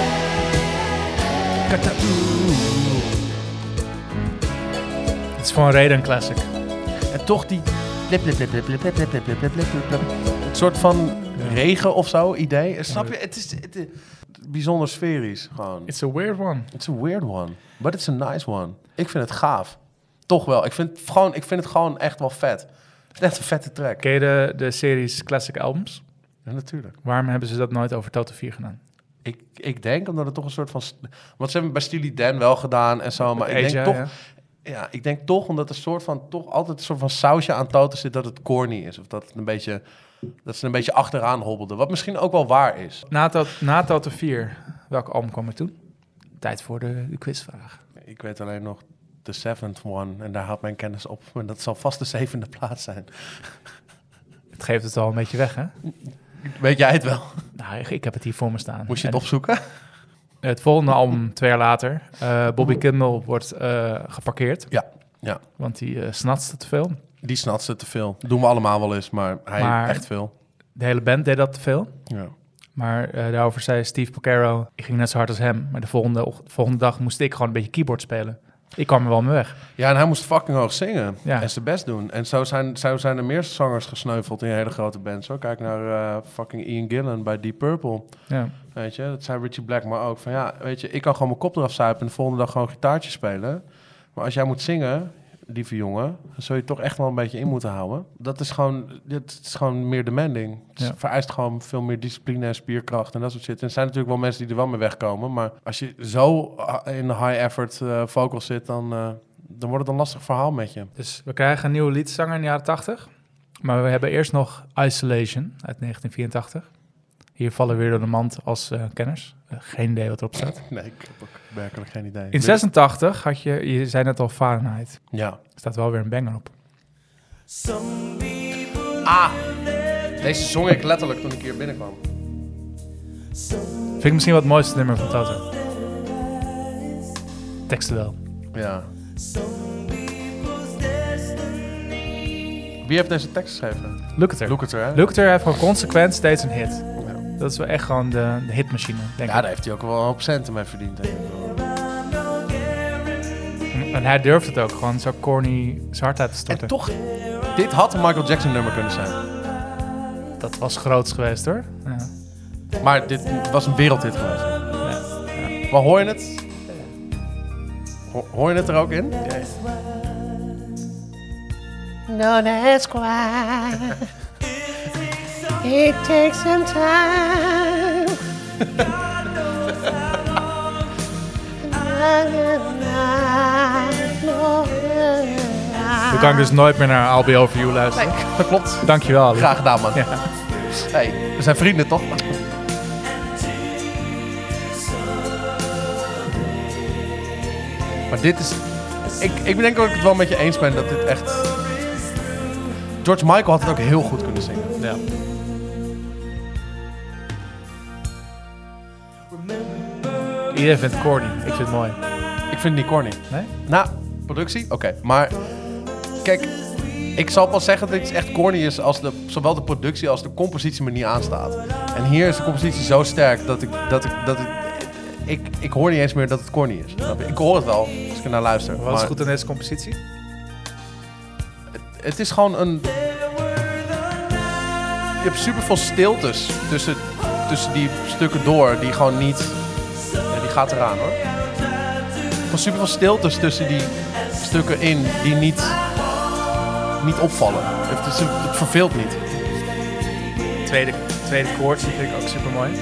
Het is voor een reden een classic. En toch die... Blip, blip, blip, blip, blip, blip, blip, blip, blip, blip, blip, blip. Een soort van regen of zo, idee. Snap je? Het is, het is bijzonder sferisch, gewoon. It's a weird one. It's a weird one, but it's a nice one. Ik vind het gaaf. Toch wel. Ik vind het gewoon, ik vind het gewoon echt wel vet. Het is echt een vette track. Ken je de, de series Classic Albums? Ja, natuurlijk. Waarom hebben ze dat nooit over Total vier gedaan? Ik, ik denk omdat het toch een soort van... st- Want ze hebben bij Steely Dan wel gedaan en zo, maar ik denk A J, toch... ja. Ja, ik denk toch omdat er soort van toch altijd een soort van sausje aan Toto zit dat het corny is. Of dat het een beetje... Dat ze een beetje achteraan hobbelden. Wat misschien ook wel waar is. Na, to, na Total vier, welk album kwam er toen? Tijd voor de, de quizvraag. Ik weet alleen nog de seventh one. En daar houdt mijn kennis op. En dat zal vast de zevende plaats zijn. Het geeft het al een beetje weg, hè? Weet jij het wel? Nou, ik, ik heb het hier voor me staan. Moest je het En opzoeken? het volgende album, twee jaar later, uh, Bobby Kimball wordt uh, geparkeerd. Ja, ja. Want die uh, snatste te veel. Die snatste te veel. Doen we allemaal wel eens, maar hij Maar- echt veel. De hele band deed dat te veel. Ja. Maar uh, daarover zei Steve Porcaro, ik ging net zo hard als hem. Maar de volgende, och- volgende dag moest ik gewoon een beetje keyboard spelen. Ik kwam er wel mee weg. ja, en hij moest fucking hoog zingen. Ja. En zijn best doen. En zo zijn, zo zijn er meer zangers gesneuveld in hele grote bands. Hoor. Kijk naar uh, fucking Ian Gillan bij Deep Purple. Ja. Weet je, dat zei Richie Blackmore ook. Van ja, weet je, ik kan gewoon mijn kop eraf zuipen en de volgende dag gewoon gitaartje spelen. Maar als jij moet zingen, lieve jongen, dan zul je toch echt wel een beetje in moeten houden. Dat is gewoon, dit is gewoon meer demanding. Het Ja. vereist gewoon veel meer discipline en spierkracht en dat soort shit. En er zijn natuurlijk wel mensen die er wel mee wegkomen. Maar als je zo in de high-effort uh, vocals zit, dan, uh, dan wordt het een lastig verhaal met je. Dus we krijgen een nieuwe liedzanger in de jaren tachtig. Maar we hebben eerst nog Isolation uit negentien vierentachtig. Hier vallen we weer door de mand als uh, kenners. Uh, geen idee wat erop staat. Nee, ik heb ook werkelijk geen idee. In zesentachtig had je, je zei net al Fahrenheit. Ja. Er staat wel weer een banger op. Ah, deze zong ik letterlijk toen ik hier binnenkwam. Vind ik misschien wat het mooiste nummer van Toto. Teksten wel. Ja. Wie heeft deze tekst geschreven? Lukather. Lukather, hè? Lukather heeft gewoon consequent steeds een hit. Ja. Dat is wel echt gewoon de, de hitmachine, denk Ja, ik. daar heeft hij ook wel een hoop centen mee verdiend. Denk ik. En hij durft het ook, gewoon zo corny zijn hart uit te storten. En toch, dit had een Michael Jackson nummer kunnen zijn. Dat was groots geweest, hoor. Ja. Maar dit was een wereldhit geweest. Ja. Maar hoor je het? Ho- hoor je het er ook in? Don't ask why. It takes some time. Dan kan ik dus nooit meer naar I'll Be Over You luisteren. Dat klopt. Dankjewel, Ali. Graag gedaan, man. Ja. Hey, we zijn vrienden, toch? Maar dit is... Ik, ik denk dat ik het wel met je eens ben dat dit echt... George Michael had het ook heel goed kunnen zingen. Ja. Iedereen vindt het corny. Ik vind het mooi. Ik vind het niet corny. Nee? Nou, productie? Oké, maar... Kijk, ik zal pas zeggen dat het echt corny is als de, zowel de productie als de compositie me niet aanstaat. En hier is de compositie zo sterk dat ik... Dat ik, dat ik Ik, ik hoor niet eens meer dat het corny is. Snap je? Ik hoor het wel als ik er naar luister. Wat is maar goed aan deze compositie? het is gewoon een... Je hebt superveel stiltes tussen, tussen die stukken door die gewoon niet... Ja, die gaat eraan hoor. Gewoon superveel stiltes tussen die stukken in die niet, niet opvallen. Het, is, het verveelt niet. Tweede, tweede koord vind ik ook super mooi.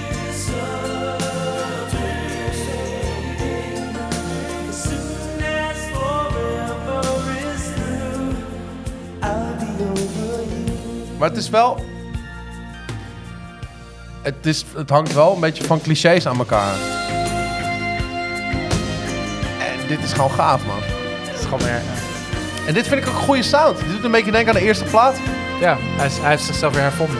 Maar het is wel... Het, is, het hangt wel een beetje van clichés aan elkaar. En dit is gewoon gaaf, man. Het is gewoon meer... Ja. En dit vind ik ook een goede sound. Dit doet een beetje denken aan de eerste plaat. Ja, hij, is, hij heeft zichzelf weer hervonden.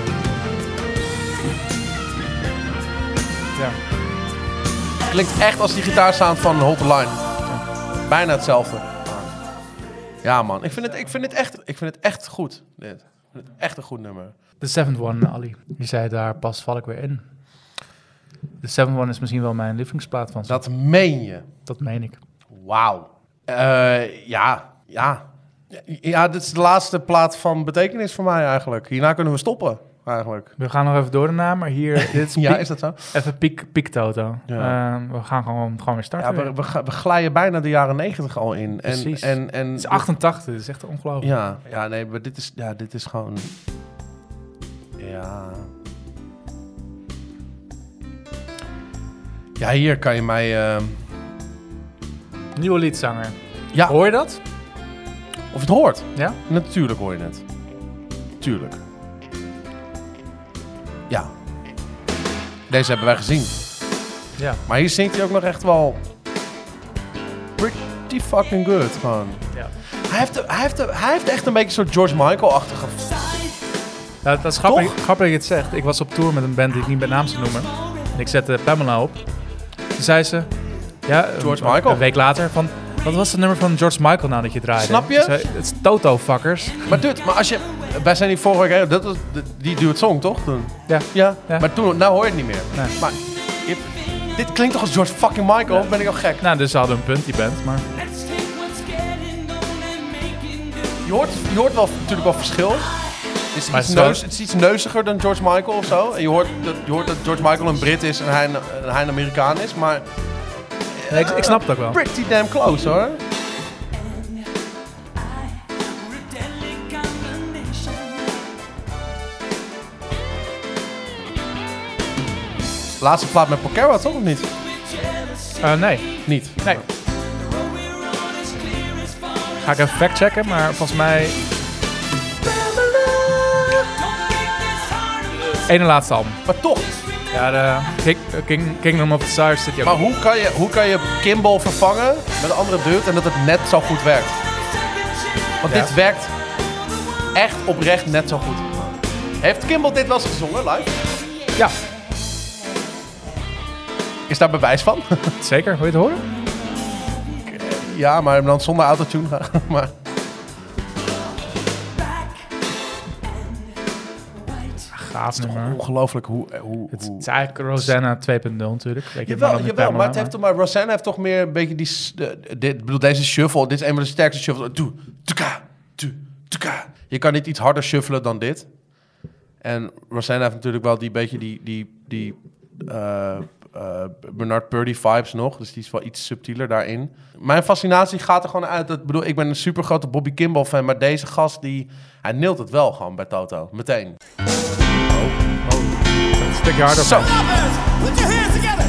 Ja. Klinkt echt als die gitaarsound van Hold the Line. Ja. Bijna hetzelfde. Ja, man. Ik vind het, ik vind het, echt, ik vind het echt goed. Dit. Ik vind het echt een goed nummer. The Seventh One, Ali. Je zei daar pas val ik weer in. The Seventh One is misschien wel mijn lievelingsplaat van ze. Dat meen je. Dat meen ik. Wauw. Uh, ja, ja. Ja, dit is de laatste plaat van betekenis voor mij eigenlijk. Hierna kunnen we stoppen, eigenlijk. We gaan nog even door daarna, maar hier... Dit is Ja, piek, is dat zo? even piek, piek Toto. Ja. Uh, we gaan gewoon, gewoon weer starten. Ja, we, we, ga- we glijden bijna de jaren negentig al in. En, Precies. En, en, Het is achtentachtig, dit is echt ongelooflijk. Ja, ja, nee, maar dit is, ja, dit is gewoon... Ja... Ja, hier kan je mij... Uh... Nieuwe liedzanger. Ja, Hoor je dat? of je het hoort. Ja? Natuurlijk hoor je het. Tuurlijk. Ja. Deze hebben wij gezien. Ja. Maar hier zingt hij ook nog echt wel... Pretty fucking good, gewoon. ja. Hij heeft, de- hij, heeft de- hij heeft echt een beetje een soort George Michael-achtige... Nou, dat is grappig, grappig dat je het zegt. Ik was op tour met een band die ik niet bij naam zou noemen. En ik zette Pamela op. Toen zei ze... Ja, George een, Michael. Een week later van... Wat was het nummer van George Michael nou dat je draaide? Snap je? Ik zei, het is Toto, fuckers. Maar dude, maar als je... Wij zijn die vorige week... hè, Dat was, de- die dude song, toch? Toen? Ja. Ja. Ja. Maar toen... Nou hoor je het niet meer. Nee. Maar... je- dit klinkt toch als George fucking Michael? Ja. Of ben ik al gek? Nou, dus ze hadden een punt, die band. Maar Je hoort, je hoort wel natuurlijk wel verschil. Het is, Maar iets het is wel- neus, het is iets neuziger dan George Michael of zo. En je hoort, dat, je hoort dat George Michael een Brit is en hij een, en hij een Amerikaan is. Maar... nee, ik, ik snap het ook wel. Pretty damn close, hoor. Laatste plaat met Porcaro, toch of niet? Uh, nee. Niet. Nee. Ga ik even factchecken, maar volgens mij... Ene laatste album. Maar toch. Ja, de King, King, Kingdom of Desire zit hier ook. Maar hoe kan, je, hoe kan je Kimball vervangen met een andere dude en dat het net zo goed werkt? Want Ja. dit werkt echt oprecht net zo goed. Heeft Kimball dit wel eens gezongen live? Ja, Is daar bewijs van? zeker. Wil je het horen? Ja, maar dan zonder autotune gaan. Maar Gaaf nummer. ongelooflijk hoe... hoe, Het hoe... is eigenlijk Rosanna twee punt nul natuurlijk. Weet je, Jawel, dan met jawel, Pamela, maar, het heeft toch, maar Rosanna heeft toch meer een beetje die... s- De, dit, ik bedoel, deze shuffle, dit is een van de sterkste shuffles. Doe, tuka, doe, tuka. Je kan niet iets harder shuffelen dan dit. En Rosanna heeft natuurlijk wel die beetje die... die, die uh, uh, Bernard Purdy vibes nog. Dus die is wel iets subtieler daarin. Mijn fascinatie gaat er gewoon uit. Dat, ik bedoel, ik ben een super grote Bobby Kimball fan. Maar deze gast, die, hij neelt het wel gewoon bij Toto. Meteen. Een stukje harder. Zo. Put your hands together.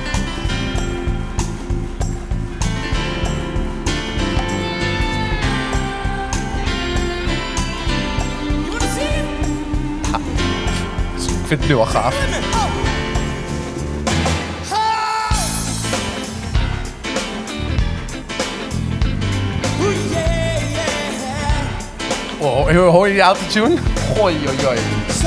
You wanna see it? Ik vind het nu al gaaf. Oh, hoor, hoor je die autotune? Gooi, oi, oi.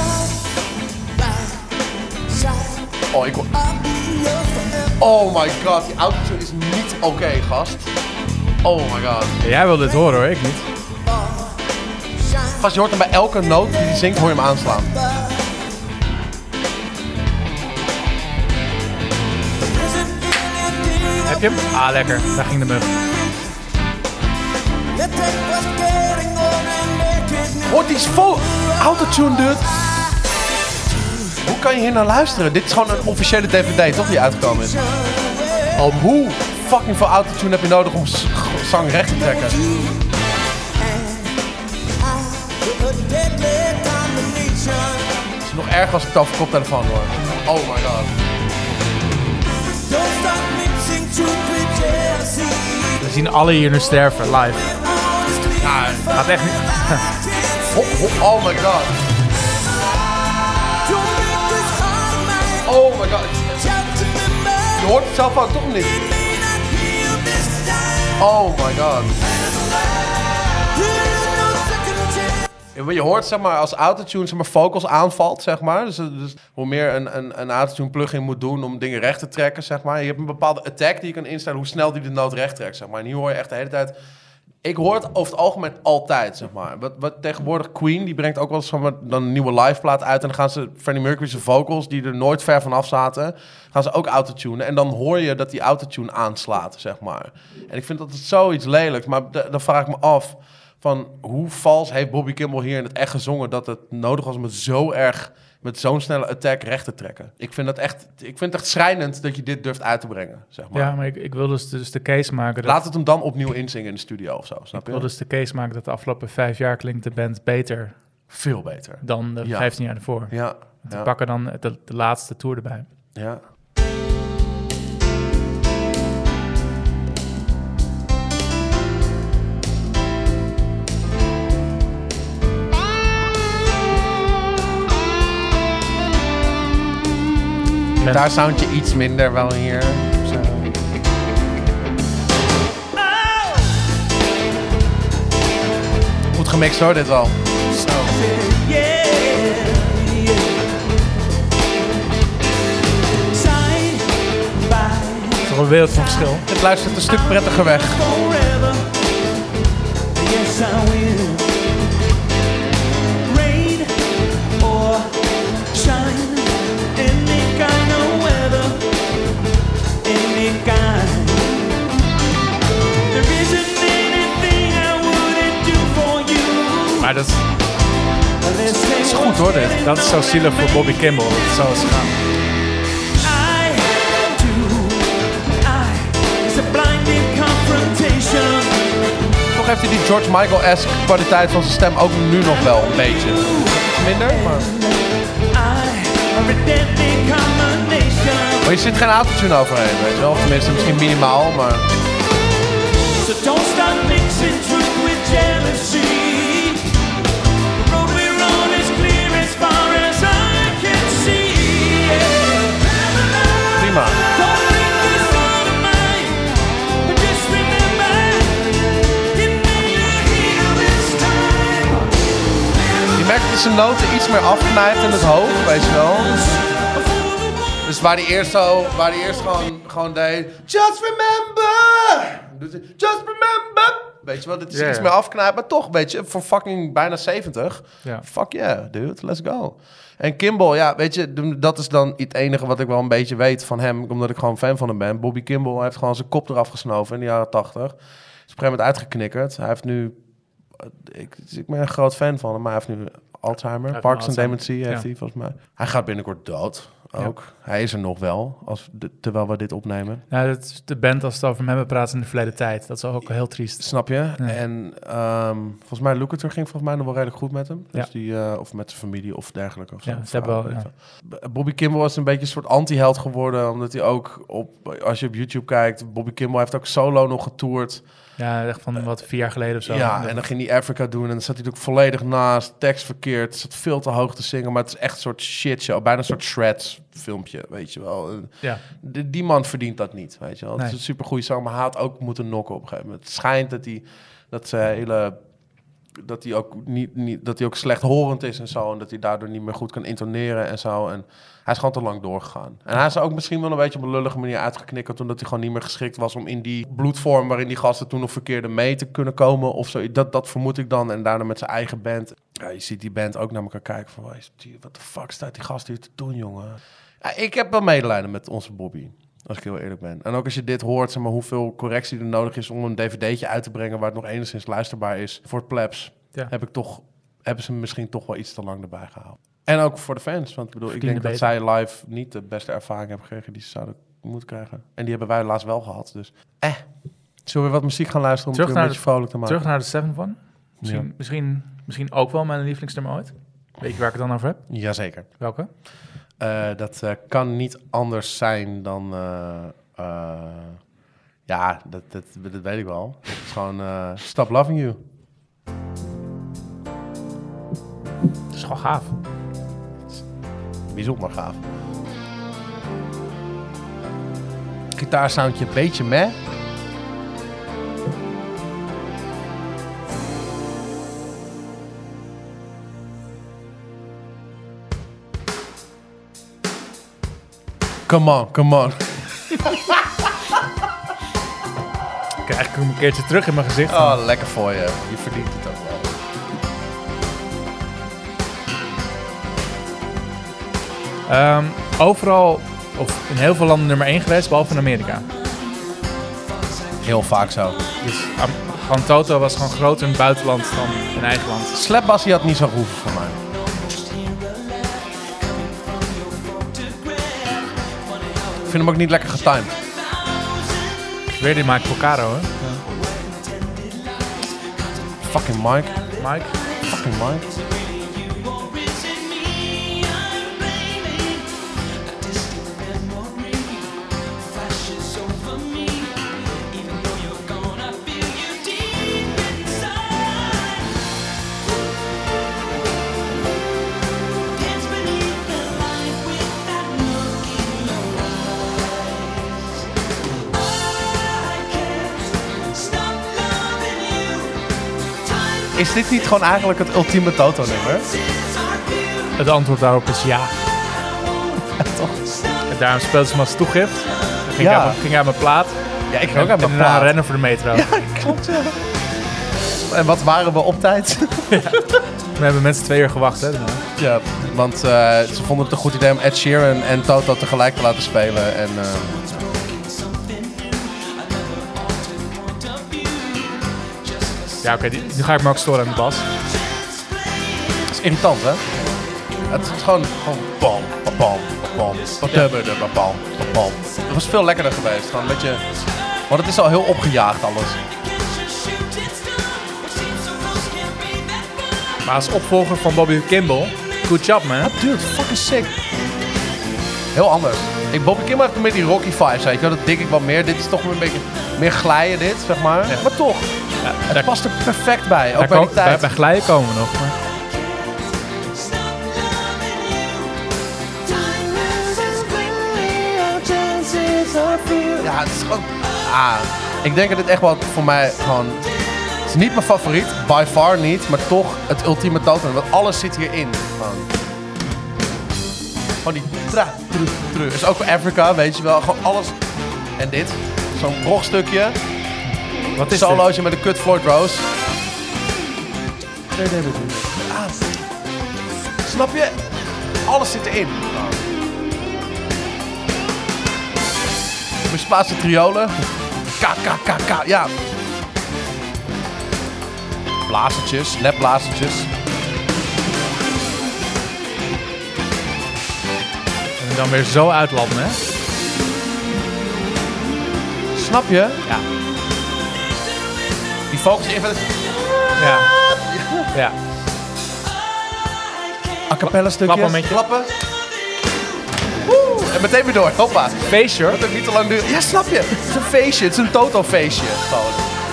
Oh, ik hoor... Oh my god, die autotune is niet oké, gast. Oh my god. Ja, jij wil dit horen hoor, ik niet. Gast, je hoort hem bij elke noot die hij zingt, hoor je hem aanslaan. Heb je hem? Ah, lekker. Daar ging de mug. hoort iets vol autotune, dude. Hoe kan je hier naar luisteren? Dit is gewoon een officiële D V D, toch, die uitgekomen is? Al hoe fucking veel autotune heb je nodig om s- zang recht te trekken? Het is nog erger als ik het over koptelefoon hoor. Oh my god. We zien alle hier nu sterven, live. Ja, Gaat echt niet. oh, oh, oh my god. Oh my god. Je hoort het zelf ook toch niet? Oh my god. Ja, maar je hoort zeg maar als autotune zeg maar vocals aanvalt zeg maar. Dus, dus hoe meer een, een, een autotune plugin moet doen om dingen recht te trekken zeg maar. Je hebt een bepaalde attack die je kan instellen hoe snel die de noot recht trekt zeg maar. En hier hoor je echt de hele tijd. Ik hoor het over het algemeen altijd, zeg maar. Wat, wat tegenwoordig Queen, die brengt ook wel eens van dan een nieuwe liveplaat uit. En dan gaan ze Freddie Mercury's vocals, die er nooit ver vanaf zaten, gaan ze ook autotunen. En dan hoor je dat die autotune aanslaat, zeg maar. En ik vind dat het zoiets lelijks. Maar d- dan vraag ik me af van hoe vals heeft Bobby Kimball hier in het echt gezongen dat het nodig was om het zo erg met zo'n snelle attack recht te trekken. Ik vind dat echt, ik vind het echt schrijnend dat je dit durft uit te brengen, zeg maar. Ja, maar ik, ik wil dus, dus de case maken... Dat, Laat het hem dan opnieuw inzingen in de studio of zo, snap ik je? wil dus de case maken dat de afgelopen vijf jaar klinkt de band beter Veel beter. dan de Ja. vijftien jaar ervoor. Ja, We ja, pakken dan de, de laatste tour erbij. ja. Ben- Daar sound je iets minder wel hier. Zo. Goed gemixt hoor, dit wel. Zo. Het is toch een wereld van verschil. Het luistert een stuk prettiger weg. Forever. Yes, I will. Rain or shine, any kind of weather, any kind. There isn't anything I wouldn't do for you. Maar dat is, Let's say is goed, hoor, dit. dat is zo zielig voor Bobby Kimball. Dat het zo is gegaan. I do. I is a blinding confrontation. Toch heeft hij die George Michael-esque kwaliteit van zijn stem ook nu nog wel een beetje. Iets minder, maar... I am a deadly combination. Maar je zit geen autotune overheen, weet je wel. Of tenminste, misschien minimaal, maar... So don't start mixing truth with jealousy. The road we're on is clear as far as I can see. Yeah. Prima. Don't make this all of mine, but just remember, give me a hero this time. Je merkt dat zijn noten iets meer afknijpt in het hoofd, weet je wel. Dus waar hij eerst zo, waar hij eerst gewoon, gewoon deed... Just remember! Doet hij, Just remember! Weet je wel, dit is Ja, iets ja. meer afknijpt, maar toch, weet je, voor fucking bijna zeventig. Ja. Fuck yeah, dude, let's go. En Kimball, ja, weet je, dat is dan het enige wat ik wel een beetje weet van hem, omdat ik gewoon fan van hem ben. Bobby Kimball heeft gewoon zijn kop eraf gesnoven in de jaren tachtig. Is op een gegeven moment uitgeknikkerd. Hij heeft nu... Ik, ik ben een groot fan van hem, maar hij heeft nu Alzheimer. heeft Parkinson Alzheimer, dementie heeft ja. hij volgens mij. Hij gaat binnenkort dood ook. Hij is er nog wel, als de, terwijl we dit opnemen. Nou, dat is de band als het over hem hebben praten in de verleden tijd. Dat is ook heel triest. Snap je? Nee. En ehm, volgens mij, Lukather ging volgens mij nog wel redelijk goed met hem. Dus Ja. die, eh, of met zijn familie of dergelijke. Of zo. Ja, ze hebben wel, Vrouw, ja. weet je wel. Bobby Kimball was een beetje een soort anti-held geworden. Omdat hij ook, op, als je op YouTube kijkt... Bobby Kimball heeft ook solo nog getoerd. Ja, echt van wat, vier jaar geleden of zo. Ja, en dan ging hij Africa doen en dan zat hij natuurlijk volledig naast, tekst verkeerd, zat veel te hoog te zingen, maar het is echt een soort shit show, bijna een soort Shreds filmpje, weet je wel. En Ja. Die, die man verdient dat niet, weet je wel. Het Nee. is een supergoeie zang, maar hij had ook moeten knokken op een gegeven moment. Het schijnt dat hij, dat zijn hele, dat hij ook niet, niet, dat hij ook slechthorend is en zo, en dat hij daardoor niet meer goed kan intoneren en zo. En hij is gewoon te lang doorgegaan. En hij is ook misschien wel een beetje op een lullige manier uitgeknikkerd, omdat hij gewoon niet meer geschikt was om in die bloedvorm waarin die gasten toen nog verkeerde mee te kunnen komen of zo. Dat, dat vermoed ik dan. En daarna met zijn eigen band. Ja, je ziet die band ook naar elkaar kijken van, wat de fuck staat die gast hier te doen, jongen? Ja, ik heb wel medelijden met onze Bobby, als ik heel eerlijk ben. En ook als je dit hoort, zeg maar, hoeveel correctie er nodig is om een dvd'tje uit te brengen waar het nog enigszins luisterbaar is voor het plebs, Ja. heb ik toch hebben ze misschien toch wel iets te lang erbij gehaald. En ook voor de fans, want ik bedoel, ik Verdienen denk dat zij live niet de beste ervaring hebben gekregen die ze zouden moeten krijgen. En die hebben wij laatst wel gehad, dus eh. Zullen we wat muziek gaan luisteren om Terug het weer een naar beetje vrolijk te maken? Terug naar de Seventh One. Misschien, Ja. misschien, misschien ook wel mijn lievelingsnummer ooit. Weet je waar ik het dan over heb? Jazeker. Welke? Uh, dat uh, kan niet anders zijn dan... Uh, uh, ja, dat, dat, dat weet ik wel. Het is gewoon uh, Stop Loving You. Dat is gewoon gaaf. Bijzonder gaaf. Gitaarsoundje een beetje meh. Come on, come on. Krijg ik hem een keertje terug in mijn gezicht. Oh, lekker voor je. Je verdient het ook wel. Um, overal, of in heel veel landen nummer één geweest, behalve in Amerika. Heel vaak zo. Dus um, gewoon Toto was gewoon groter in het buitenland dan in eigen land. Slapbassy had niet zo goed voor mij. Ik vind hem ook niet lekker getimed. Weer die Mike Porcaro, hè? Fucking Mike. Mike? Fucking Mike. Is dit niet gewoon eigenlijk het ultieme Toto-nummer? Het antwoord daarop is ja. Ja, toch? En daarom speelde ze me als toegift. Dan ging, Ja. ik uit mijn- ging ik uit mijn plaat. Ja, ik En, ga ook aan en mijn daarna plaat. rennen voor de metro. Ja, klopt, ja. En wat waren we op tijd? We hebben mensen twee uur gewacht, hè? daarna. Ja, want uh, ze vonden het een goed idee om Ed Sheeran en Toto tegelijk te laten spelen. En, uh, Ja, oké. Okay, nu ga ik me ook storen aan de bas. dat is irritant, hè? Het is gewoon, gewoon bam, bam, bam, bam, bam, bam, bam. Het was veel lekkerder geweest. Gewoon een beetje, want het is al heel opgejaagd alles. Maar als opvolger van Bobby Kimball, good job, man. Dude, fucking sick. Heel anders. Ik, Bobby Kimball heeft met die Rocky vibes, weet je wel. Dat denk ik wel meer. Dit is toch een beetje meer glijden, dit, zeg maar. Ja. Maar toch, Ja, het daar, past er perfect bij. Ook daar bij kom- die tijd. bij, bij glijden komen we nog. Maar. Ja, het is gewoon... Ah, ik denk dat dit echt wel voor mij gewoon... Het is niet mijn favoriet, by far niet, maar toch het ultieme Toto. Want alles zit hierin. Gewoon, gewoon die tra, tru, tru. Is ook voor Africa, weet je wel. Gewoon alles. En dit, zo'n rockstukje. Wat is Solootje met een Cut Floyd Rose. Ah, snap je? Alles zit erin. Mijn Spaanse triolen. K, K, K, K, ja. Blazertjes, nepblazertjes. En dan weer zo uitlappen, hè? Snap je? Ja. Die focus even. Ja. Ja. A cappella stukjes. Klapmomentje. Klappen. Woe, en meteen weer door. Hoppa. Feestje, hoor. Dat het niet te lang duurt. Ja, snap je? Het is een feestje. Het is een Toto-feestje. Gewoon.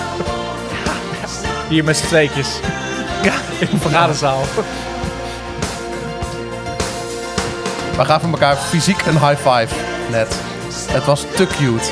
Hier met z'n tweetjes. Ja. In een vergaderzaal. We gaven elkaar fysiek een high five. Net. Het was te cute.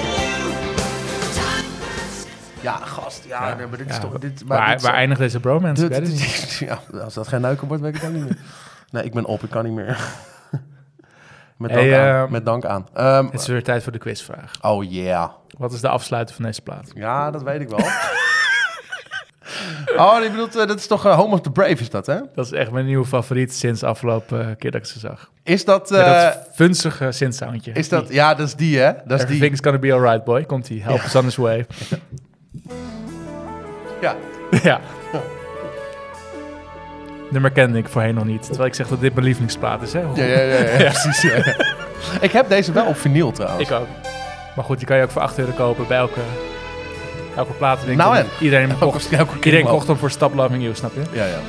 Ja, gast. Ja, Ja. nee, maar dit is Ja, toch... Dit, Waar, dit is- waar eindigt deze bromance? Ik Dit- weet het dit- niet. ja, als dat geen neuken wordt, weet ik het ook niet meer. Nee, ik ben op. Ik kan niet meer. Met dank Hey, aan. uh, Met dank aan. Um, Het is weer tijd voor de quizvraag. oh yeah. Wat is de afsluiter van deze plaat? Ja, dat weet ik wel. Oh, je bedoelt, uh, dat is toch uh, Home of the Brave, is dat, hè? Dat is echt mijn nieuwe favoriet sinds de afgelopen uh, keer dat ik ze zag. Is dat... Met Uh, dat funzige synth-soundje. is dat... Ja, dat is die, hè? Dat is die. Everything's gonna be alright, boy. Komt-ie. Help us on his way. Ja. Ja. nummer kende ik voorheen nog niet. Terwijl ik zeg dat dit mijn lievelingsplaat is, hè? Ja, ja, ja, ja, ja. precies. Ja, ja. Ik heb deze wel op vinyl trouwens. Ik ook. Maar goed, die kan je ook voor acht euro kopen bij elke, elke platenwinkel. Nou en? Iedereen, Elke- kocht, elke iedereen kringloop. kocht hem voor Stop Loving You, snap je? Ja, ja.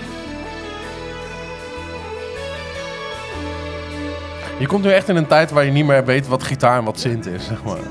Je komt nu echt in een tijd waar je niet meer weet wat gitaar en wat synth is, zeg maar.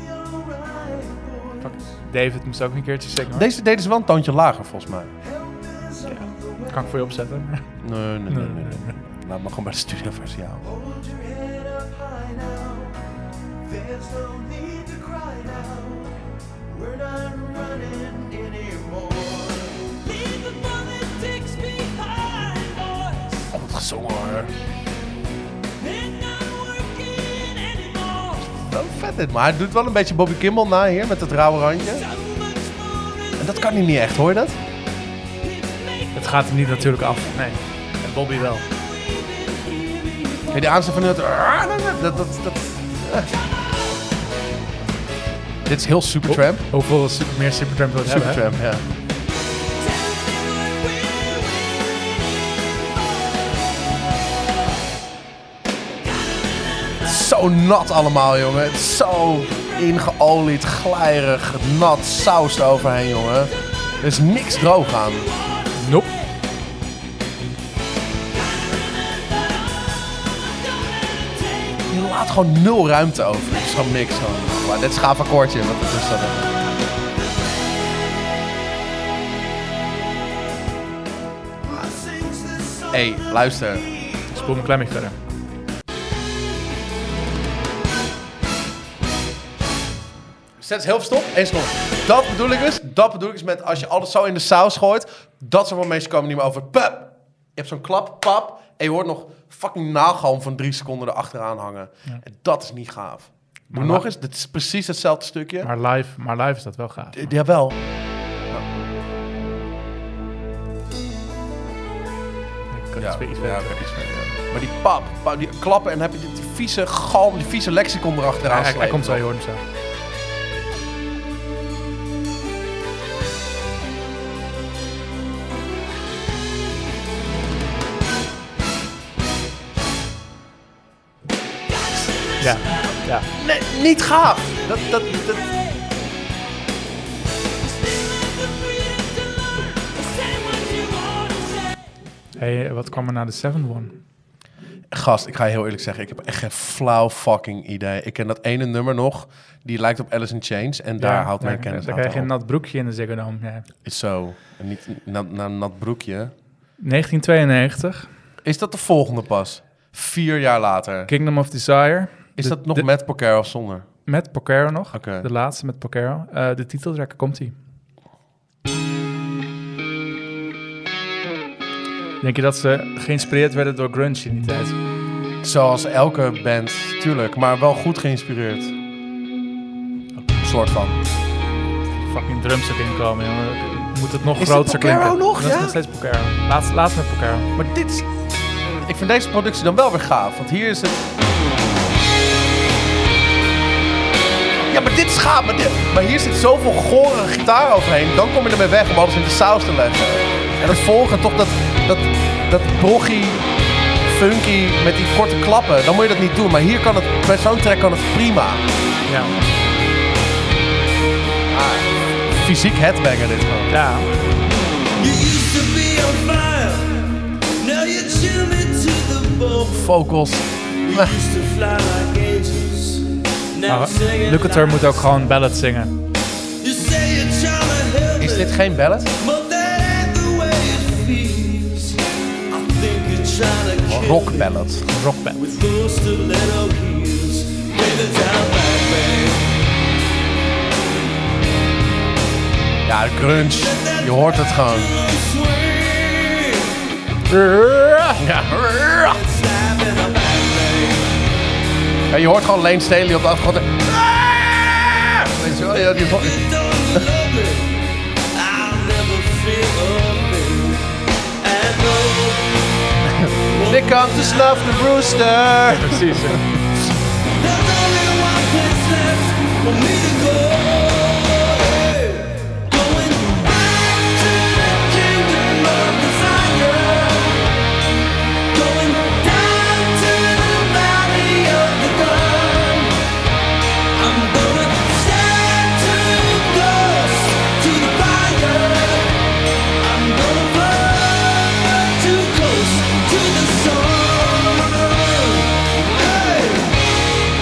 David moest ook een keertje zingen, hoor. Deze deden ze wel een toontje lager, volgens mij. Kan ik voor je opzetten. Nee, nee, nee, nee. nee, nee. Laat me gewoon bij de studioversie houden. Hold your head up high now. There's no need to cry now. We're not running anymore. Leave the politics behind, boys. Oh, wat gezongen hoor. They're not working anymore. Wel vet dit, maar hij doet wel een beetje Bobby Kimball na hier, met het rauwe randje. So much more En dat kan hij niet echt, hoor je dat? Het gaat hem niet natuurlijk af. Nee. En Bobby wel. Ja, die aanzet van nu, dat, dat, dat, dat eh. Dit is heel Supertramp. Hoeveel super, meer Supertramp wil je hebben, hè? Supertramp, ja. Het is zo nat allemaal, jongen. Het is zo ingeolied, glijrig, nat, saus eroverheen, jongen. Er is niks droog aan. Nope. Je laat gewoon nul ruimte over. Het is gewoon niks. Gewoon. Maar dit is een gaaf akkoordje wat er tussen staat. Hé, hey, luister. Spoel een klein beetje verder. Zet eens heel veel stop. Eén seconde. Dat bedoel ik dus. Dat bedoel ik dus met als je alles zo in de saus gooit. Dat soort mensen komen niet meer over. Pup. Je hebt zo'n klap, pap. En je hoort nog fucking nagalm van drie seconden erachteraan hangen. Ja. En dat is niet gaaf. Doe Maar nog la- eens. Dit is precies hetzelfde stukje. Maar live, maar live is dat wel gaaf. D- Jawel. Ik kan Ja, iets weer iets ja, verder. oké, iets verder, ja. Maar die pap, pap, die klappen en dan heb je die, die vieze galm, die vieze lexicon erachteraan Hij, hij, hij slepen. komt zo, je hoort hem zo. Ja, ja. Nee, niet gaaf. Dat, dat, dat... Hey, wat kwam er na de Seven One? Gast, ik ga je heel eerlijk zeggen, ik heb echt geen flauw fucking idee. Ik ken dat ene nummer nog, die lijkt op Alice in Chains en daar houdt mijn kennis Dan aan. krijg je een nat broekje in de Ziggo Dome. Ja. Is zo. En niet een nat, nat broekje. negentien tweeënnegentig, Is dat de volgende pas? Vier jaar later. Kingdom of Desire. Is De- dat nog de- met Porcaro of zonder? Met Porcaro nog. Oké. De laatste met Porcaro. Uh, de titeltrack komt-ie. Denk je dat ze geïnspireerd werden door grunge in die tijd? Zoals elke band, tuurlijk. Maar wel goed geïnspireerd. Soort van. Fucking drums ook inkomen, jongen. Moet het nog Is groter het Porcaro klinken? nog, Dat is ja? nog steeds Porcaro. Laatst, laatst met Porcaro. Maar dit is... Ik vind deze productie dan wel weer gaaf. Want hier is het... Ja, maar dit is gaaf. Maar, dit- maar hier zit zoveel gore gitaar overheen. Dan kom je ermee weg om alles in de saus te leggen. En het volgen toch dat... Dat, dat proggy, funky, met die korte klappen. Dan moet je dat niet doen. Maar hier kan het... Bij zo'n track kan het prima. Ja. Ah, fysiek headbanger dit gewoon. Ja. You used to be on fire. Now you chill me to the bone. Vocals. You used to fly like angels. Now Maar singing Lukather moet like ook gewoon ballads zingen. You say you're trying to help Is me, dit geen ballad? but that ain't the way it feels. I think you're trying to kill Rock me ballad. Rockband. with those stiletto heels. Play the down back, babe. Ja, de grunge. Je hoort het gewoon. Ja. Ja, je hoort gewoon Lane Staley op de achtergrond. Weet je wel? Ja, die... Here comes the snuff the rooster. Precies, ja.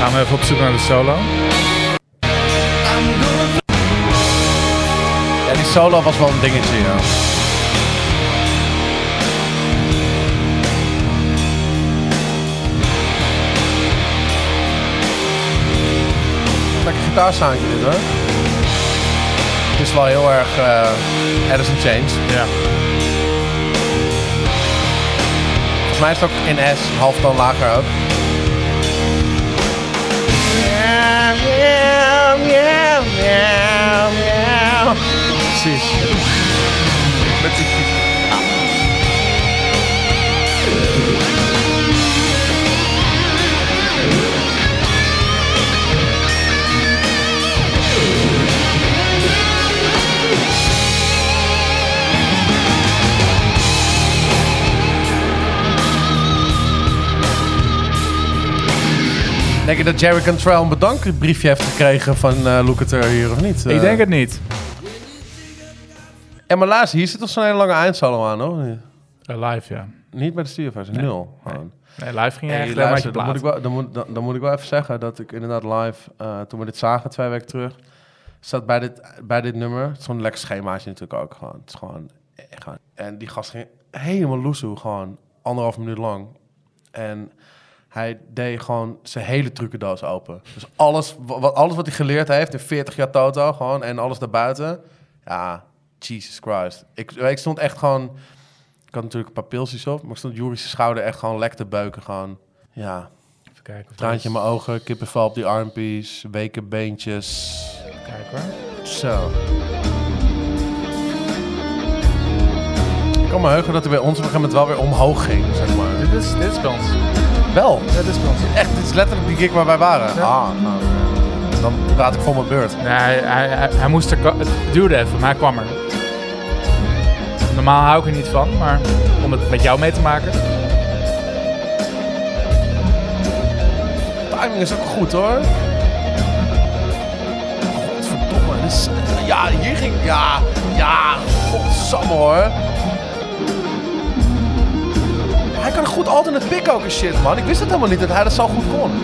Gaan we even op zoek naar de solo. Ja, die solo was wel een dingetje, ja. Lekker gitaarsoundje dit, hoor. Het is wel heel erg uh, Alice in Chains. Ja. Volgens mij is het ook in S, half toon lager ook. Meow, meow, meow, meow, meow. Precies. Met die... Denk je dat Jerry Cantrell een bedankbriefje heeft gekregen van uh, Lukather hier of niet? Uh, Ik denk het niet. En maar laatst, hier zit toch zo'n hele lange eindsolo aan, hoor? Uh, live, ja. Niet bij de studioversie, Nee. nul. Gewoon. Nee, live ging je Hey, echt luister, helemaal dan, moet ik wel, dan, moet, dan, dan moet ik wel even zeggen dat ik inderdaad live, uh, toen we dit zagen twee weken terug, zat bij dit, bij dit nummer, het is gewoon een lekker schemaatje natuurlijk ook. Gewoon. Het is gewoon, eh, gewoon. En die gast ging helemaal loesoe, gewoon anderhalf minuut lang. En hij deed gewoon zijn hele trucendoos open. Dus alles wat, alles wat hij geleerd heeft in veertig jaar Toto, gewoon, en alles daarbuiten. Ja, Jesus Christ. Ik, ik stond echt gewoon... Ik had natuurlijk een paar pilsjes op, maar ik stond Joris' schouder echt gewoon lekker te beuken. Gewoon, ja, Even kijken. Of traantje in mijn ogen, kippenvel op die armpies, weke beentjes. Even kijken hoor. Zo. Ik kan me heugen dat hij bij ons op een gegeven moment wel weer omhoog ging, zeg maar. Dit is, dit is bij ons. Wel? Ja, dit is bij ons. Echt, dit is letterlijk die gig waar wij waren. Ja. Ah, nou, ja. Dan praat ik voor mijn beurt. Nee, hij, hij, hij, hij moest er... ko- Het duurde even, maar hij kwam er. Normaal hou ik er niet van, maar om het met jou mee te maken... Timing is ook goed, hoor. Godverdomme. Dit is, ja, hier ging... Ja, ja, godsamme, hoor. Hij kan goed alternate pick ook en shit, man. Ik wist het helemaal niet dat hij dat zo goed kon.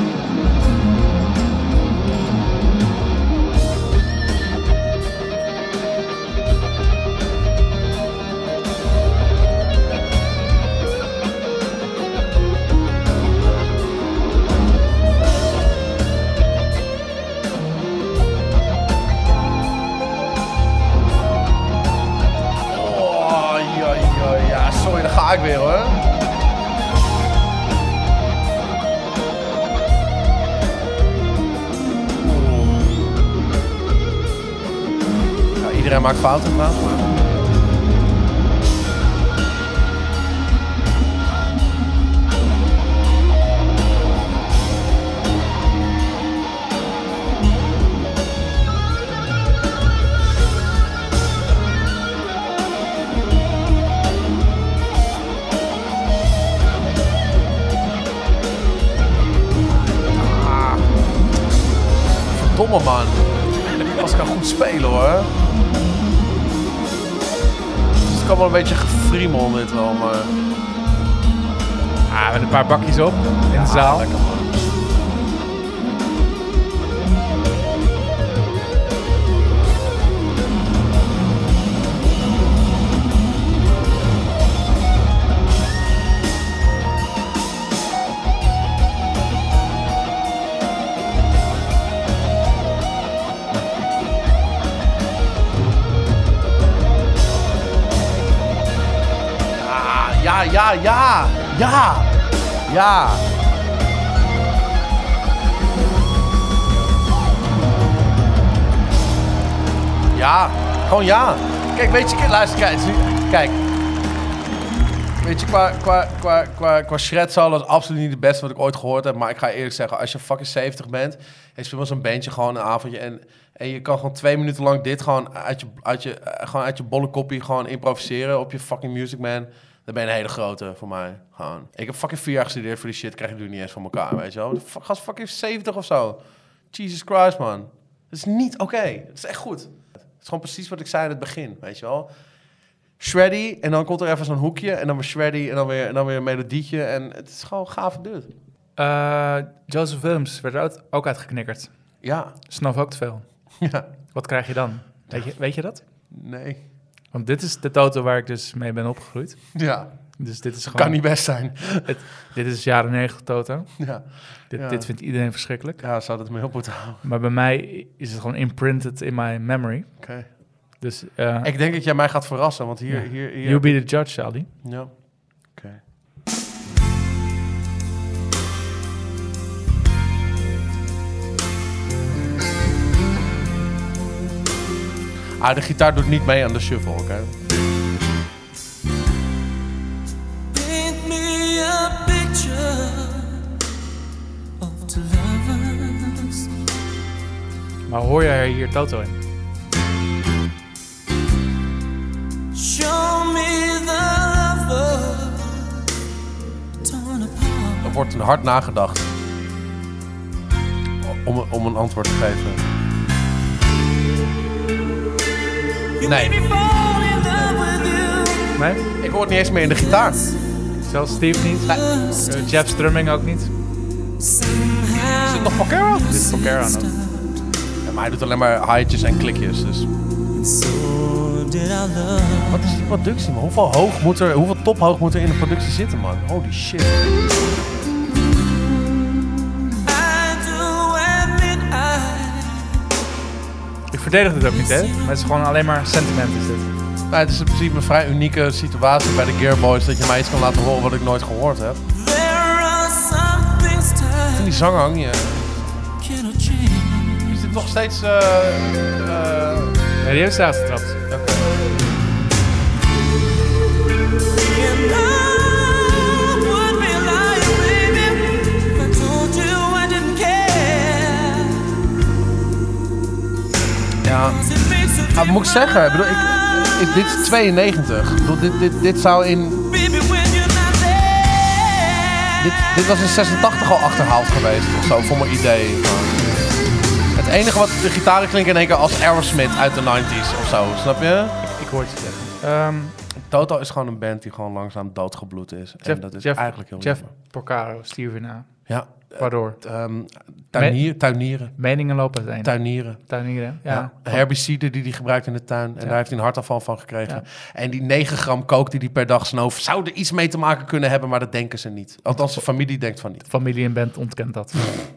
Oh, ja, ja, ja. Sorry, daar ga ik weer, hoor. Ja, iedereen maakt fouten, trouwens. Maar... Verdomme, man. Pas kan goed spelen, hoor. Het is allemaal een beetje gefriemel dit wel, maar... Ah, met een paar bakjes op in de zaal. Lekker, man. Ja, ja, ja, ja, ja. Ja, gewoon ja. Kijk, weet je, kijk, luister, kijk, kijk. Weet je, qua, qua, qua, qua, qua shred solo is absoluut niet het beste wat ik ooit gehoord heb. Maar ik ga eerlijk zeggen, als je fucking zeventig bent en je speelt met zo'n bandje gewoon een avondje en, en je kan gewoon twee minuten lang dit gewoon uit je, uit je, gewoon uit je bolle koppie gewoon improviseren op je fucking Music Man. Dan ben je een hele grote voor mij. Gewoon. Ik heb fucking vier jaar gestudeerd voor die shit. Krijg je nu niet eens van elkaar, weet je wel. De fuck- gast fucking zeventig of zo. Jesus Christ, man. Dat is niet oké. Okay. Dat is echt goed. Het is gewoon precies wat ik zei in het begin, weet je wel. Shreddy, en dan komt er even zo'n hoekje. En dan weer shreddy, en dan weer, en dan weer een melodietje. En het is gewoon gaaf dude. Uh, Joseph Williams werd er ook- ook uitgeknikkerd. Ja. Snoof ook te veel. Ja. Wat krijg je dan? Weet je, weet je dat? Nee. Want dit is de Toto waar ik dus mee ben opgegroeid. Ja. Dus dit is gewoon... Kan niet best zijn. Het, dit is jaren negentig Toto. Ja. Dit, Ja. dit vindt iedereen verschrikkelijk. Ja, zou dat me op moeten houden. Maar bij mij is het gewoon imprinted in my memory. Oké. Okay. Dus... Uh, Ik denk dat jij mij gaat verrassen, want hier... ja. hier, hier You be the judge, Ali. Ja. Oké. Okay. Ah, de gitaar doet niet mee aan de shuffle, oké? Okay? Paint me a picture of two lovers. Maar hoor jij hier Toto in? Show me the lover torn apart. Er wordt een hard nagedacht om, om een antwoord te geven. Nee. Nee? Ik hoor het niet eens meer in de gitaar. Zelfs Steve niet? Nee. Uh, Jeff Strumming ook niet? Is het nog Porcaro? Dit is Porcaro nog. Ja, maar hij doet alleen maar highjes en klikjes, dus... Wat is die productie, man? Hoeveel hoog moet er, hoeveel tophoog moet er in de productie zitten, man? Holy shit. Ik verdedig dit ook niet, hè? Maar het is gewoon alleen maar sentiment, is dit. Nou, het is in principe een vrij unieke situatie bij de Gearboys dat je mij iets kan laten horen wat ik nooit gehoord heb. En die zanger hang je. Is dit nog steeds... Uh, uh... Nee, die heeft ze uitgetrapt. Oké. Okay. Ja, ah, moet ik zeggen, ik bedoel, ik, ik, dit is tweeënnegentig. Ik bedoel, dit, dit, dit zou in... Dit, dit was in zesentachtig al achterhaald geweest, of zo, voor mijn idee. Het enige wat de gitaren klinken in één keer als Aerosmith uit de negentig of zo, snap je? Ik, ik hoor het je zeggen. Um, Toto is gewoon een band die gewoon langzaam doodgebloed is. Jeff, en dat is Jeff, eigenlijk heel Jeff jammer. Porcaro, stierf na. Ja. Waardoor? Um, tuinier, tuinieren. Meningen lopen uiteen. Tuinieren. Tuinieren, ja. ja. Herbicide die hij gebruikt in de tuin. En ja. daar heeft hij een hartafval van gekregen. Ja. En die negen gram kook die hij per dag snoof... zou er iets mee te maken kunnen hebben, maar dat denken ze niet. Althans, de familie denkt van niet. De familie en band ontkent dat.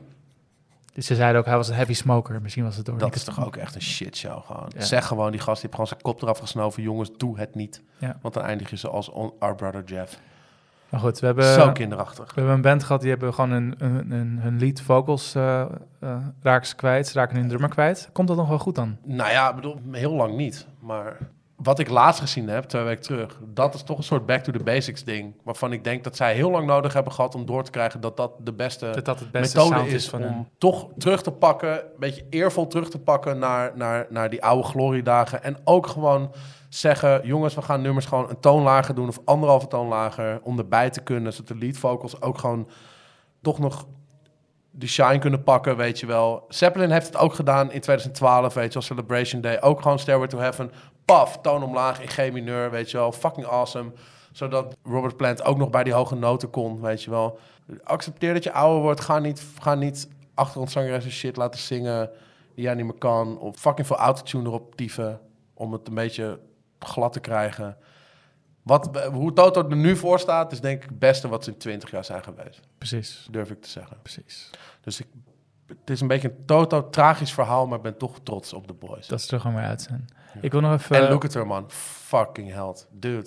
Dus ze zeiden ook, hij was een heavy smoker. Misschien was het door. Dat is toch ook echt een shitshow gewoon. Ja. Zeg gewoon, die gast die heeft gewoon zijn kop eraf gesnoven. Jongens, doe het niet. Ja. Want dan eindig je ze als on, Our Brother Jeff. Maar goed, we hebben... Zo kinderachtig. We hebben een band gehad, die hebben gewoon hun, hun, hun, hun lead vocals uh, uh, raken ze kwijt. Ze raken hun drummer kwijt. Komt dat nog wel goed dan? Nou ja, ik bedoel, heel lang niet. Maar wat ik laatst gezien heb, twee weken terug... dat is toch een soort back to the basics ding. Waarvan ik denk dat zij heel lang nodig hebben gehad om door te krijgen... dat dat de beste, dat dat het beste methode sound is, is van om hun. toch terug te pakken... een beetje eervol terug te pakken naar, naar, naar die oude gloriedagen. En ook gewoon zeggen... jongens, we gaan nummers gewoon een toon lager doen... of anderhalve toon lager, om erbij te kunnen... zodat de lead vocals ook gewoon toch nog... de shine kunnen pakken, weet je wel. Zeppelin heeft het ook gedaan in twintig twaalf, weet je wel, Celebration Day. Ook gewoon Stairway to Heaven. Paf, toon omlaag in G mineur, weet je wel. Fucking awesome. Zodat Robert Plant ook nog bij die hoge noten kon, weet je wel. Accepteer dat je ouder wordt. Ga niet, ga niet achtergrondzangeressen shit laten zingen die jij niet meer kan. Of fucking veel autotune erop tieven om het een beetje glad te krijgen. Wat, hoe Toto er nu voor staat, is denk ik het beste wat ze in twintig jaar zijn geweest. Precies. Durf ik te zeggen. Precies. Dus ik, het is een beetje een Toto tragisch verhaal, maar ik ben toch trots op de boys. Dat ze er gewoon weer uit zijn. Ja. Ik wil nog even... En look at her, man. Fucking held. Dude.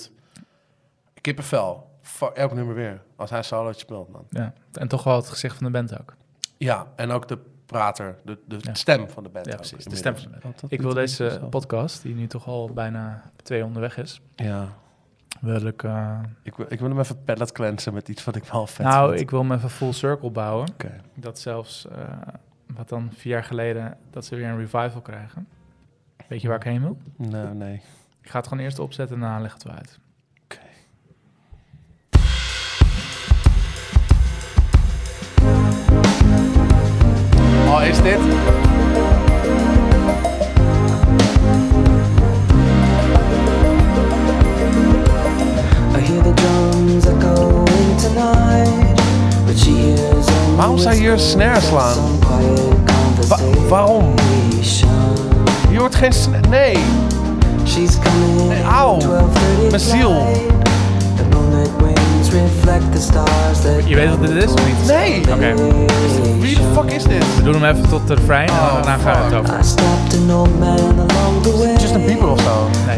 Kippenvel. Fuck, elk nummer weer. Als hij solo speelt, man. Ja. En toch wel het gezicht van de band ook. Ja, en ook de prater. De, de ja. stem van de band. Ja, ook, precies. De stem van de band. Dat ik wil deze podcast, die nu toch al bijna twee onderweg is... Ja. Wil ik, uh... ik, wil, ik wil hem even pallet cleansen met iets wat ik wel vet Nou, vind. ik wil hem even full circle bouwen. Okay. Dat zelfs, uh, wat dan vier jaar geleden, dat ze weer een revival krijgen. Weet je waar ik heen wil? Nou, nee. Ik ga het gewoon eerst opzetten en daarna leggen we het uit. Oké. Okay. Oh, is dit? I hear the drums echoing tonight, but she hears only Waarom zou je hier een snare slaan? Wa- waarom? Je hoort geen snare. Nee. Nee, auw. Mijn ziel. Je weet wat dit is of niet? Nee. Oké. Okay. Wie de fuck is dit? We doen hem even tot de refrein en Oh, daarna gaan we het over. Justin Bieber of zo? Nee.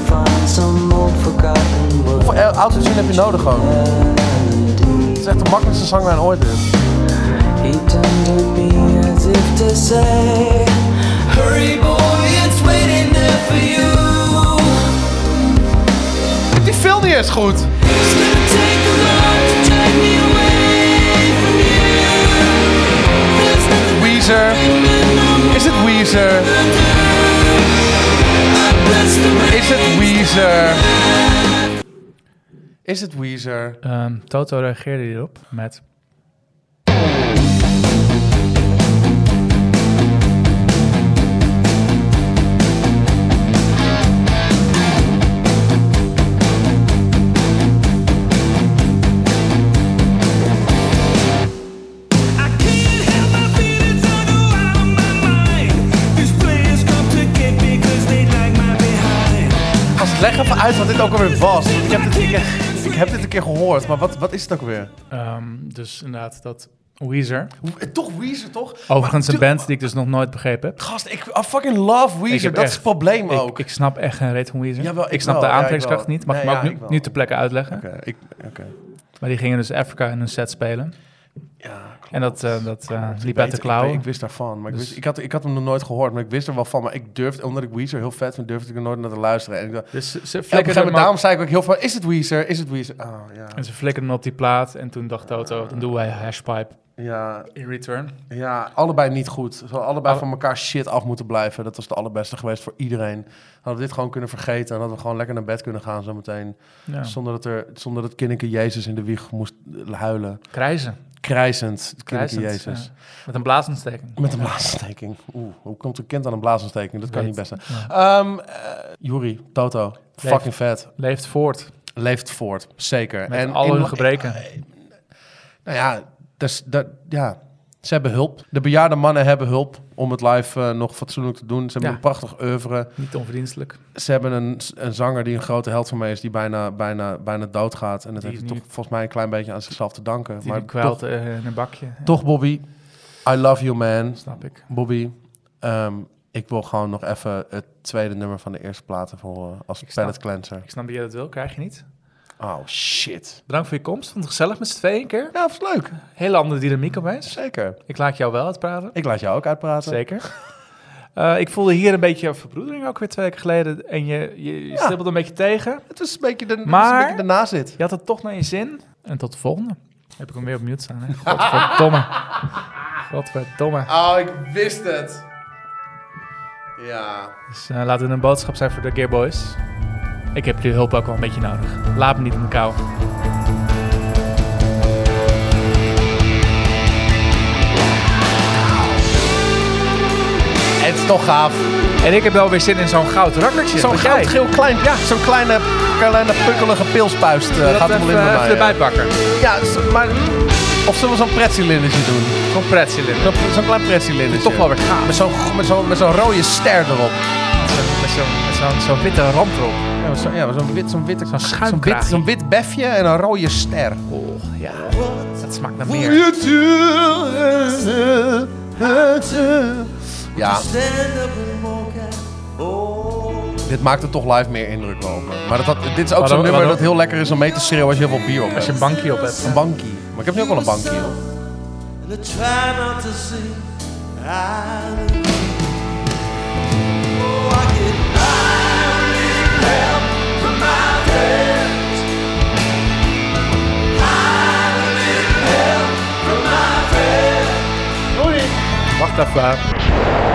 Hoeveel autotune heb je nodig gewoon? Het is echt de makkelijkste zanger ooit is. He turned to me as if to say, hurry boy, it's waiting there for you. Die film niet eens goed. It's gonna take a lot to take me away from you. There's nothing Weezer. Is het Weezer? Is het Weezer? Is het Weezer? Um, Toto reageerde hierop met... Leg even uit wat dit ook alweer was. Want ik, heb dit, ik, ik heb dit een keer gehoord, maar wat, wat is het ook weer? Um, dus inderdaad, dat Weezer. Toch Weezer, toch? Overigens maar, een band die ik dus nog nooit begrepen heb. Gast, ik I fucking love Weezer. Dat echt, is het probleem ik, ook. Ik snap echt geen reet van Weezer. Jawel, ik, ik snap wel, de ja, aantrekkingskracht niet. Mag nee, ik me ja, ook ik nu, nu ter plekke uitleggen. Oké, okay, okay. Maar die gingen dus Africa in een set spelen. Ja, klopt. En dat, uh, dat uh, liep weet, uit de klauwen. Ik, ik wist daarvan, maar dus. ik, wist, ik, had, ik had hem nog nooit gehoord, maar ik wist er wel van. Maar ik durfde, omdat ik Weezer heel vet vind, durfde ik er nooit naar te luisteren. En ik dacht, dus ze, ze flikkerden hem daarom zei ik ook heel veel, is het Weezer? Is het Weezer? Oh, ja. En ze flikkerden hem op die plaat en toen dacht Toto, dan doen wij Hashpipe ja. in return. Ja, allebei niet goed. Ze hadden allebei van elkaar shit af moeten blijven. Dat was de allerbeste geweest voor iedereen. Hadden we dit gewoon kunnen vergeten en hadden we gewoon lekker naar bed kunnen gaan zometeen. Ja. Zonder dat er, zonder dat kindje Jezus in de wieg moest huilen. Krijzen. Krijzend, het kindje Jezus. Ja. Met een blaasontsteking. Met een blaasontsteking. Oeh, hoe komt een kind aan een blaasontsteking? Dat kan Weet. niet best zijn. Ja. Um, uh, Juri, Toto, Leeft. fucking vet. Leeft voort. Leeft voort, zeker. Met en al in, hun gebreken. Uh, nou ja, dus, dat, ja, ze hebben hulp. De bejaarde mannen hebben hulp om het live uh, nog fatsoenlijk te doen. Ze hebben Ja. een prachtig oeuvre. Niet onverdienstelijk. Ze hebben een, een zanger die een grote held van mij is, die bijna, bijna, bijna doodgaat. En dat Die heeft nu- toch volgens mij een klein beetje aan zichzelf te danken. Die maar kwijlt toch, uh, in een bakje. toch, Bobby, I love you, man. Snap ik. Bobby, um, ik wil gewoon nog even het tweede nummer van de eerste plaat even horen als Ik snap. palate cleanser. Ik snap dat jij dat wil, krijg je niet. Oh, shit. Bedankt voor je komst. Vond het gezellig met z'n tweeën een keer. Ja, dat was leuk. Hele andere dynamiek opeens. Zeker. Ik laat jou wel uitpraten. Ik laat jou ook uitpraten. Zeker. Uh, ik voelde hier een beetje verbroedering ook weer twee weken geleden. En je, je, je Ja. stippelde een beetje tegen. Het was een beetje de, Maar- een beetje de nazit. Je had het toch naar je zin. En tot de volgende. Heb ik hem weer op mute staan. Hè? Godverdomme. Godverdomme. Oh, ik wist het. Ja. Dus uh, laten we een boodschap zijn voor de Gearboys. Ik heb jullie hulp ook wel een beetje nodig. Laat me niet in de kou. Het is toch gaaf. En ik heb wel weer zin in zo'n goud rakkertje. Zo'n Wat jij? goudgeel klein, ja, zo'n kleine, kleine pukkelige pilspuist uh, Zullen we gaat dat er wel even, in bij even mij. erbij ja. pakken. Ja, s- maar... Of zullen we zo'n pretcilinnetje doen? Zo'n pretcilinder. Zo'n zo'n klein pretcilinnetje. Toch wel weer gaaf. Met zo'n met zo'n met zo'n rode ster erop. Met zo'n zo, zo, zo witte rand erop. Ja, met zo'n ja, met zo'n wit, zo'n witte, Zo'n zo'n schuimkraagje. wit, zo'n wit befje en een rode ster. Oh, ja. Dat smaakt naar meer. Ja, Stand up and walk out. Oh, dit maakt er toch live meer indruk wel op me. Maar dat, had- dit is ook Waarom- zo'n nummer waarom? dat heel lekker is om mee te schreeuwen als je heel veel bier op Als je hebt. een bankje op hebt. Een bankie. Maar ik heb nu ook wel een bankie op. and I try not to sing. I oh, I get I need help from my friends. I need help from my friends. Wacht even.